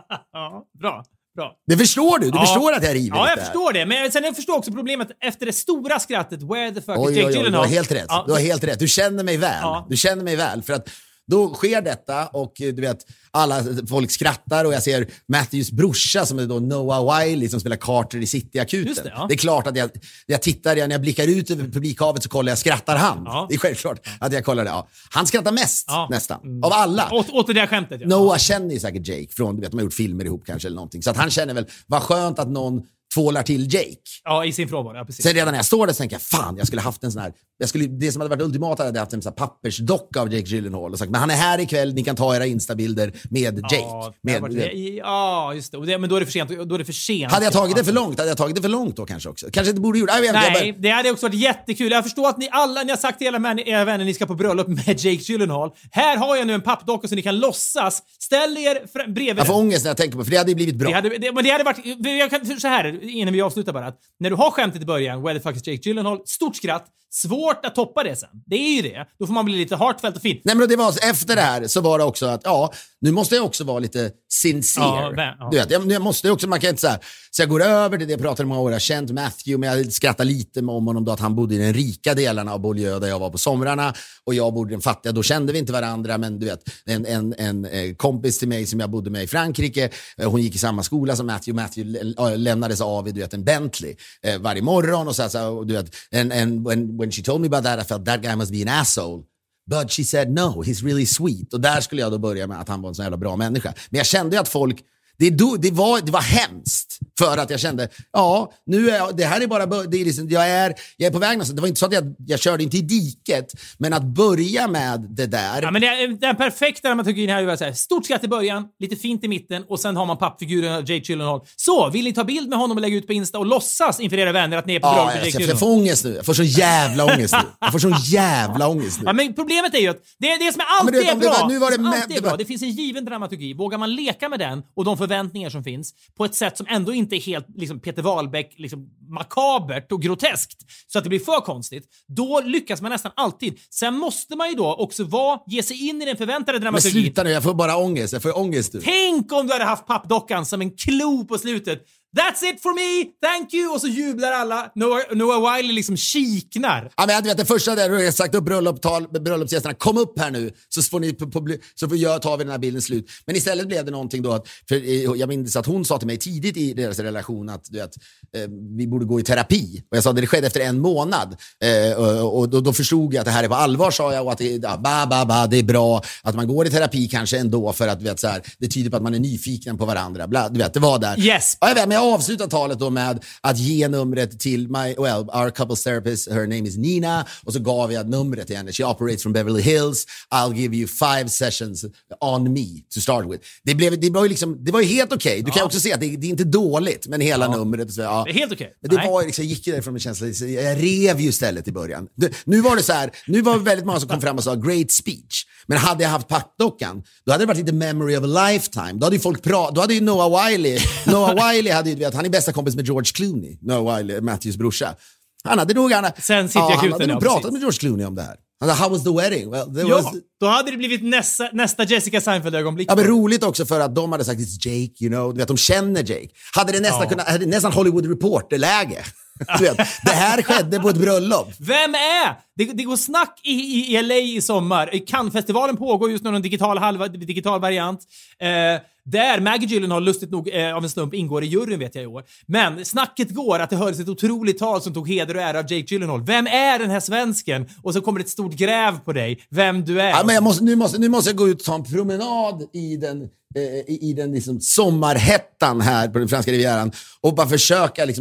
Ja, bra. Bra. Det förstår du, du ja. förstår att jag river. Ja, jag där. förstår det. Men sen jag förstår också problemet efter det stora skrattet. Where the fuck oj, is Jake oj, oj, Gyllenhaal? Du har helt rätt. Ja. Du har helt rätt. Du känner mig väl. Ja. Du känner mig väl. För att då sker detta och du vet, alla folk skrattar och jag ser Matthews brorsa som är då Noah Wyle som spelar Carter i City-akuten. Det, ja. det är klart att jag, jag tittar, när jag blickar ut över publikhavet så kollar jag, skrattar han? Ja. Det är självklart att jag kollar det. Ja. Han skrattar mest ja. nästan, mm. av alla. Åt, åt det där skämtet. Ja. Noah känner ju säkert Jake från, du vet, de har gjort filmer ihop kanske eller någonting. Så att han känner väl, vad skönt att någon tvålar till Jake. Ja, i sin frånvaro. Ja, precis. Sen redan när jag står där så tänker jag, fan, jag skulle haft en sån här, jag skulle, det som hade varit ultimat hade haft en sån här pappersdocka av Jake Gyllenhaal och sagt, men han är här ikväll, ni kan ta era instabilder med Jake. Ja, med, varit, det, ja just det. Och det. Men då är det för sent. Då är det för sent. Hade jag tagit det för långt? Hade jag tagit det för långt då kanske också? Kanske inte borde gjort. Nej, Nej bara... det hade också varit jättekul. Jag förstår att ni alla, ni har sagt till era, män, era vänner, ni ska på bröllop med Jake Gyllenhaal. Här har jag nu en pappdocka så ni kan låtsas. Ställ er fr- bredvid. Jag får ångest när jag tänker på, för det hade ju blivit bra. Det hade, det, men det hade varit, jag kan, så här, innan vi avslutar bara, att när du har skämtet i början, where the fuck is Jake Gyllenhaal, stort skratt, svårt att toppa det sen. Det är ju det. Då får man bli lite heartfelt och fin. Nej, men det var efter det här så var det också att ja, nu måste jag också vara lite sincere. Ja, men, ja. Du vet, jag, jag måste också, man kan inte så här, så jag går över till det jag pratade om, jag har känt Matthew, men jag skrattar lite med om honom då att han bodde i den rika delarna av Beaulieu där jag var på somrarna och jag bodde i den fattiga, då kände vi inte varandra, men du vet, en, en, en, en kompis till mig som jag bodde med i Frankrike, hon gick i samma skola som Matthew, Matthew lämnades av i, du vet, en Bentley eh, varje morgon och så, så och, du vet, en, en, when, when she told me about that I felt that guy must be an asshole. But she said no, he's really sweet. Och där skulle jag då börja med att han var en sån jävla bra människa. Men jag kände ju att folk, det, do, det, var, det var hemskt. För att jag kände, ja, nu är jag, det här är bara, det är liksom, jag, är, jag är på väg någonstans. Det var inte så att jag, jag körde inte i diket, men att börja med det där. Ja, men det är den perfekta dramaturgin här är så här, stort skratt i början, lite fint i mitten och sen har man pappfiguren av Jake Gyllenhaal. Så, vill ni ta bild med honom och lägga ut på Insta och låtsas inför era vänner att ni är på ja, bröllop med Jake jag, Gyllenhaal? Jag får ångest nu. Jag får så jävla ångest nu. Jag får så jävla ångest nu. Ja, men problemet är ju att det, det som är alltid ja, det, är bra, det, var, nu var det, det, alltid är bra. Det finns en given dramaturgi. Vågar man leka med den och de förväntningar som finns på ett sätt som ändå inte är helt liksom, Peter Wahlbeck liksom, makabert och groteskt så att det blir för konstigt, då lyckas man nästan alltid. Sen måste man ju då också vara, ge sig in i den förväntade dramaturgin. Men sluta nu, jag får bara ångest. Jag får ångest nu. Tänk om du hade haft pappdockan som en klo på slutet. That's it for me, thank you. Och så jublar alla. Noah, Noah Wyle liksom kiknar. Ja, men jag vet, det första där jag sagt upp bröllopstal, bröllopsgästerna, kom upp här nu så får ni så får jag ta vi den här bilden slut. Men istället blev det någonting då att, för jag minns att hon sa till mig tidigt i deras relation att du vet, eh, vi borde gå i terapi. Och jag sa att det skedde efter en månad. Eh, och och då, då förstod jag att det här är på allvar, sa jag, och att det, ja, ba, ba, ba, det är bra att man går i terapi kanske ändå för att du vet, så här, det tyder på att man är nyfiken på varandra. Bla, du vet, det var där. Yes. Ja, jag vet, men jag avslutar talet då med att ge numret till my, well, our couples therapist, her name is Nina, och så gav jag numret till henne. She operates from Beverly Hills. I'll give you five sessions on me to start with. Det blev, det var ju liksom, det var ju helt okej. Okay. Du ja. kan också se att det, det är inte dåligt, men hela ja. numret. Så, ja. Det är helt okej. Okay. Men det var liksom, jag gick ju därifrån med känslan, jag rev ju istället i början. Det, nu var det så här, nu var det väldigt många som kom fram och sa great speech. Men hade jag haft pappdockan, då hade det varit lite memory of a lifetime. Då hade ju folk pratat, då hade ju Noah Wyle, Noah Wyle hade ju, vet, han är bästa kompis med George Clooney, Noah Wyle, Matthews brorsa. Han hade nog gärna, Sen sitter ja, jag han hade nog pratat precis. med George Clooney om det här. How was the wedding? Well, there ja, was... då hade det blivit nästa, nästa Jessica Seinfeld-ögonblick. Ja, men roligt också för att de hade sagt it's Jake, you know, du vet, de känner Jake. Hade det nästan, ja. kunnat, hade nästan Hollywood Reporter-läge. Du vet, det här skedde på ett bröllop. Vem är? Det, det går snack i, i, i L A i sommar. Cannes-festivalen pågår just nu, en digital, halva, digital variant. Eh, där Maggie Gyllenhaal lustigt nog eh, av en slump ingår i juryn, vet jag i år. Men snacket går att det hördes ett otroligt tal som tog heder och ära av Jake Gyllenhaal. Vem är den här svensken? Och så kommer det ett stort gräv på dig. Vem du är. Ja, men jag måste, nu, måste, nu måste jag gå ut och ta en promenad i den, eh, i, i den liksom sommarhettan här på den franska rivieran och bara försöka liksom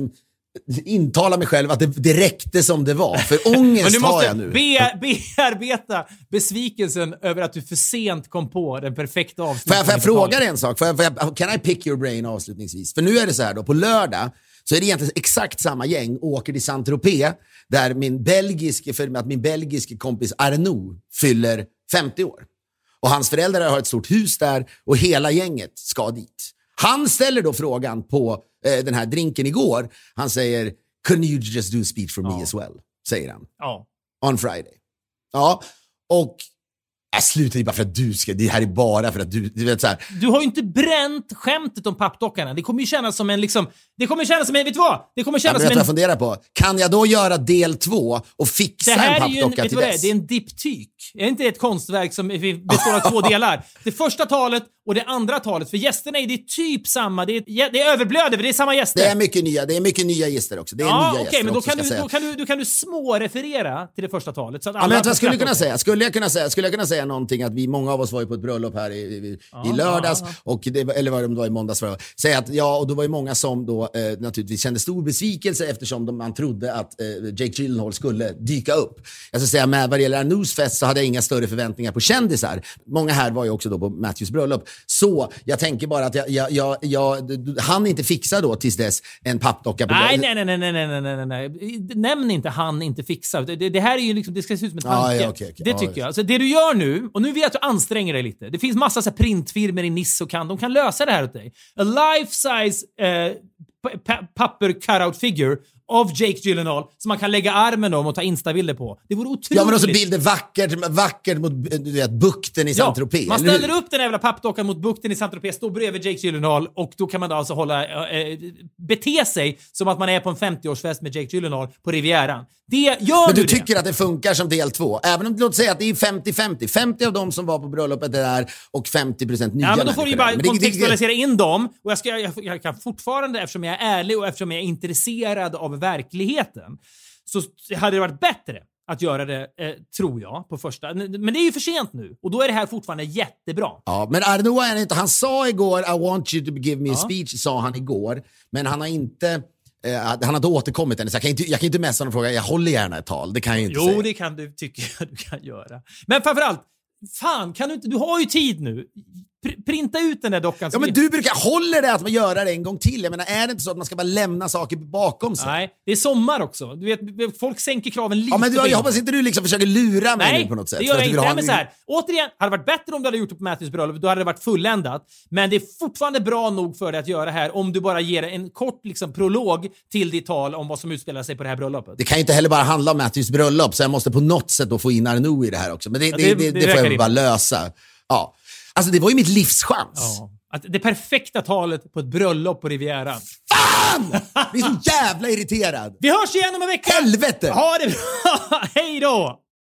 intala mig själv att det, det räckte som det var. För ångest har jag nu. Be, bearbeta besvikelsen över att du för sent kom på den perfekta avslutningen. Får jag, får jag fråga dig en sak? Får jag, får jag, can I pick your brain avslutningsvis? För nu är det så här då, på lördag så är det egentligen exakt samma gäng åker till Saint-Tropez där min belgiske, för att min belgiske kompis Arnaud fyller femtio år. Och hans föräldrar har ett stort hus där och hela gänget ska dit. Han ställer då frågan på eh, den här drinken igår. Han säger, couldn't you just do a speech for ja. me as well? Säger han. Ja. On Friday. Ja, och jag slutar ju bara för att du ska, det här är bara för att du, du vet så här. Du har ju inte bränt skämtet om pappdockarna. Det kommer ju kännas som en liksom, det kommer kännas som en, vet du vad? Det kommer kännas ja, som en... Jag funderar på, kan jag då göra del två och fixa en pappdocka till dess? Det är en diptyk. Är inte ett konstverk som består av två delar? Det första talet och det andra talet. För gästerna är det typ samma. Det är, det är överblöder, för det är samma gäster. Det är mycket nya, det är mycket nya gäster också. Det är ja, nya okej, gäster men då också, kan, du, säga. då, kan du, då kan du småreferera till det första talet. Så att ja, men jag skulle kunna säga, skulle jag kunna säga, skulle jag kunna säga någonting att vi, många av oss var ju på ett bröllop här i, i, ja, i lördags, ja, ja. och det, eller vad det var i måndags för. Säga att ja, och då var ju många som då eh, naturligtvis kände stor besvikelse eftersom de, man trodde att eh, Jake Gyllenhaal skulle dyka upp. Jag ska säga, med vad det gäller Arnauds fest så hade jag inga större förväntningar på kändisar. Många här var ju också då på Matthews bröllop. Så jag tänker bara att jag, jag, jag, jag han inte fixa då tills dess en pappdocka på nej, nej, nej, nej, nej, nej, nej, nej, nej. Nämn inte han inte fixa. Det, det här är ju liksom, det ska se ut som en tanke. Ah, ja, okay, okay. Det ah, tycker jag. Alltså, det du gör nu, och nu vet jag att du anstränger dig lite. Det finns massa så här printfirmor i Nice och kan, de kan lösa det här åt dig. A life size eh, pa- papper cutout figure av Jake Gyllenhaal som man kan lägga armen om och ta instabilder på. Det vore otroligt. Ja, men också bilder vackert, vackert mot du vet, bukten i Saint-Tropez. Ja, man ställer upp den jävla pappdockan mot bukten i Saint-Tropez, står bredvid Jake Gyllenhaal, och då kan man då alltså hålla, äh, bete sig som att man är på en femtioårsfest med Jake Gyllenhaal på Rivieran. Det gör men du, du tycker det. att det funkar som del två? Även om du låter säga att det är femtio femtio. femtio av dem som var på bröllopet är där och femtio procent nya. Ja, men då får du ju bara det, kontextualisera det, in dem. Och jag, ska, jag, jag kan fortfarande, eftersom jag är ärlig och eftersom jag är intresserad av verkligheten, så hade det varit bättre att göra det, eh, tror jag, på första. Men det är ju för sent nu. Och då är det här fortfarande jättebra. Ja, men Arnaud är inte, han sa igår I want you to give me ja. a speech, sa han igår. Men han har inte eh, han har inte återkommit än. Så jag kan inte, jag kan inte messa och fråga, jag håller gärna ett tal. Det kan jag inte jo, säga. Jo, det kan du, tycker jag du kan göra. Men framförallt, fan, kan du inte, du har ju tid nu. Pr- printa ut den där dockan. Ja, men du brukar hålla det att man gör det en gång till. Jag menar, är det inte så att man ska bara lämna saker bakom sig? Nej, det är sommar också. Du vet, folk sänker kraven lite. Ja, men du, jag hoppas inte du liksom försöker lura mig Nej, nu på något sätt. Nej, det gör jag inte. Nej, men så här, återigen, hade det varit bättre om du hade gjort det på Matthews bröllop, då hade det varit fulländat. Men det är fortfarande bra nog för dig att göra det här om du bara ger en kort liksom, prolog till ditt tal om vad som utspelar sig på det här bröllopet. Det kan ju inte heller bara handla om Matthews bröllop, så jag måste på något sätt då få in Arnaud i det här också. Men det, ja, det, det, det, det, det får jag bara lösa. Ja. Alltså, det var ju mitt livschans. Ja. Att det perfekta talet på ett bröllop på Rivieran. Fan! Jag är så jävla irriterad. Vi hörs igen om en vecka. Helvete! Ha det bra. Hej då!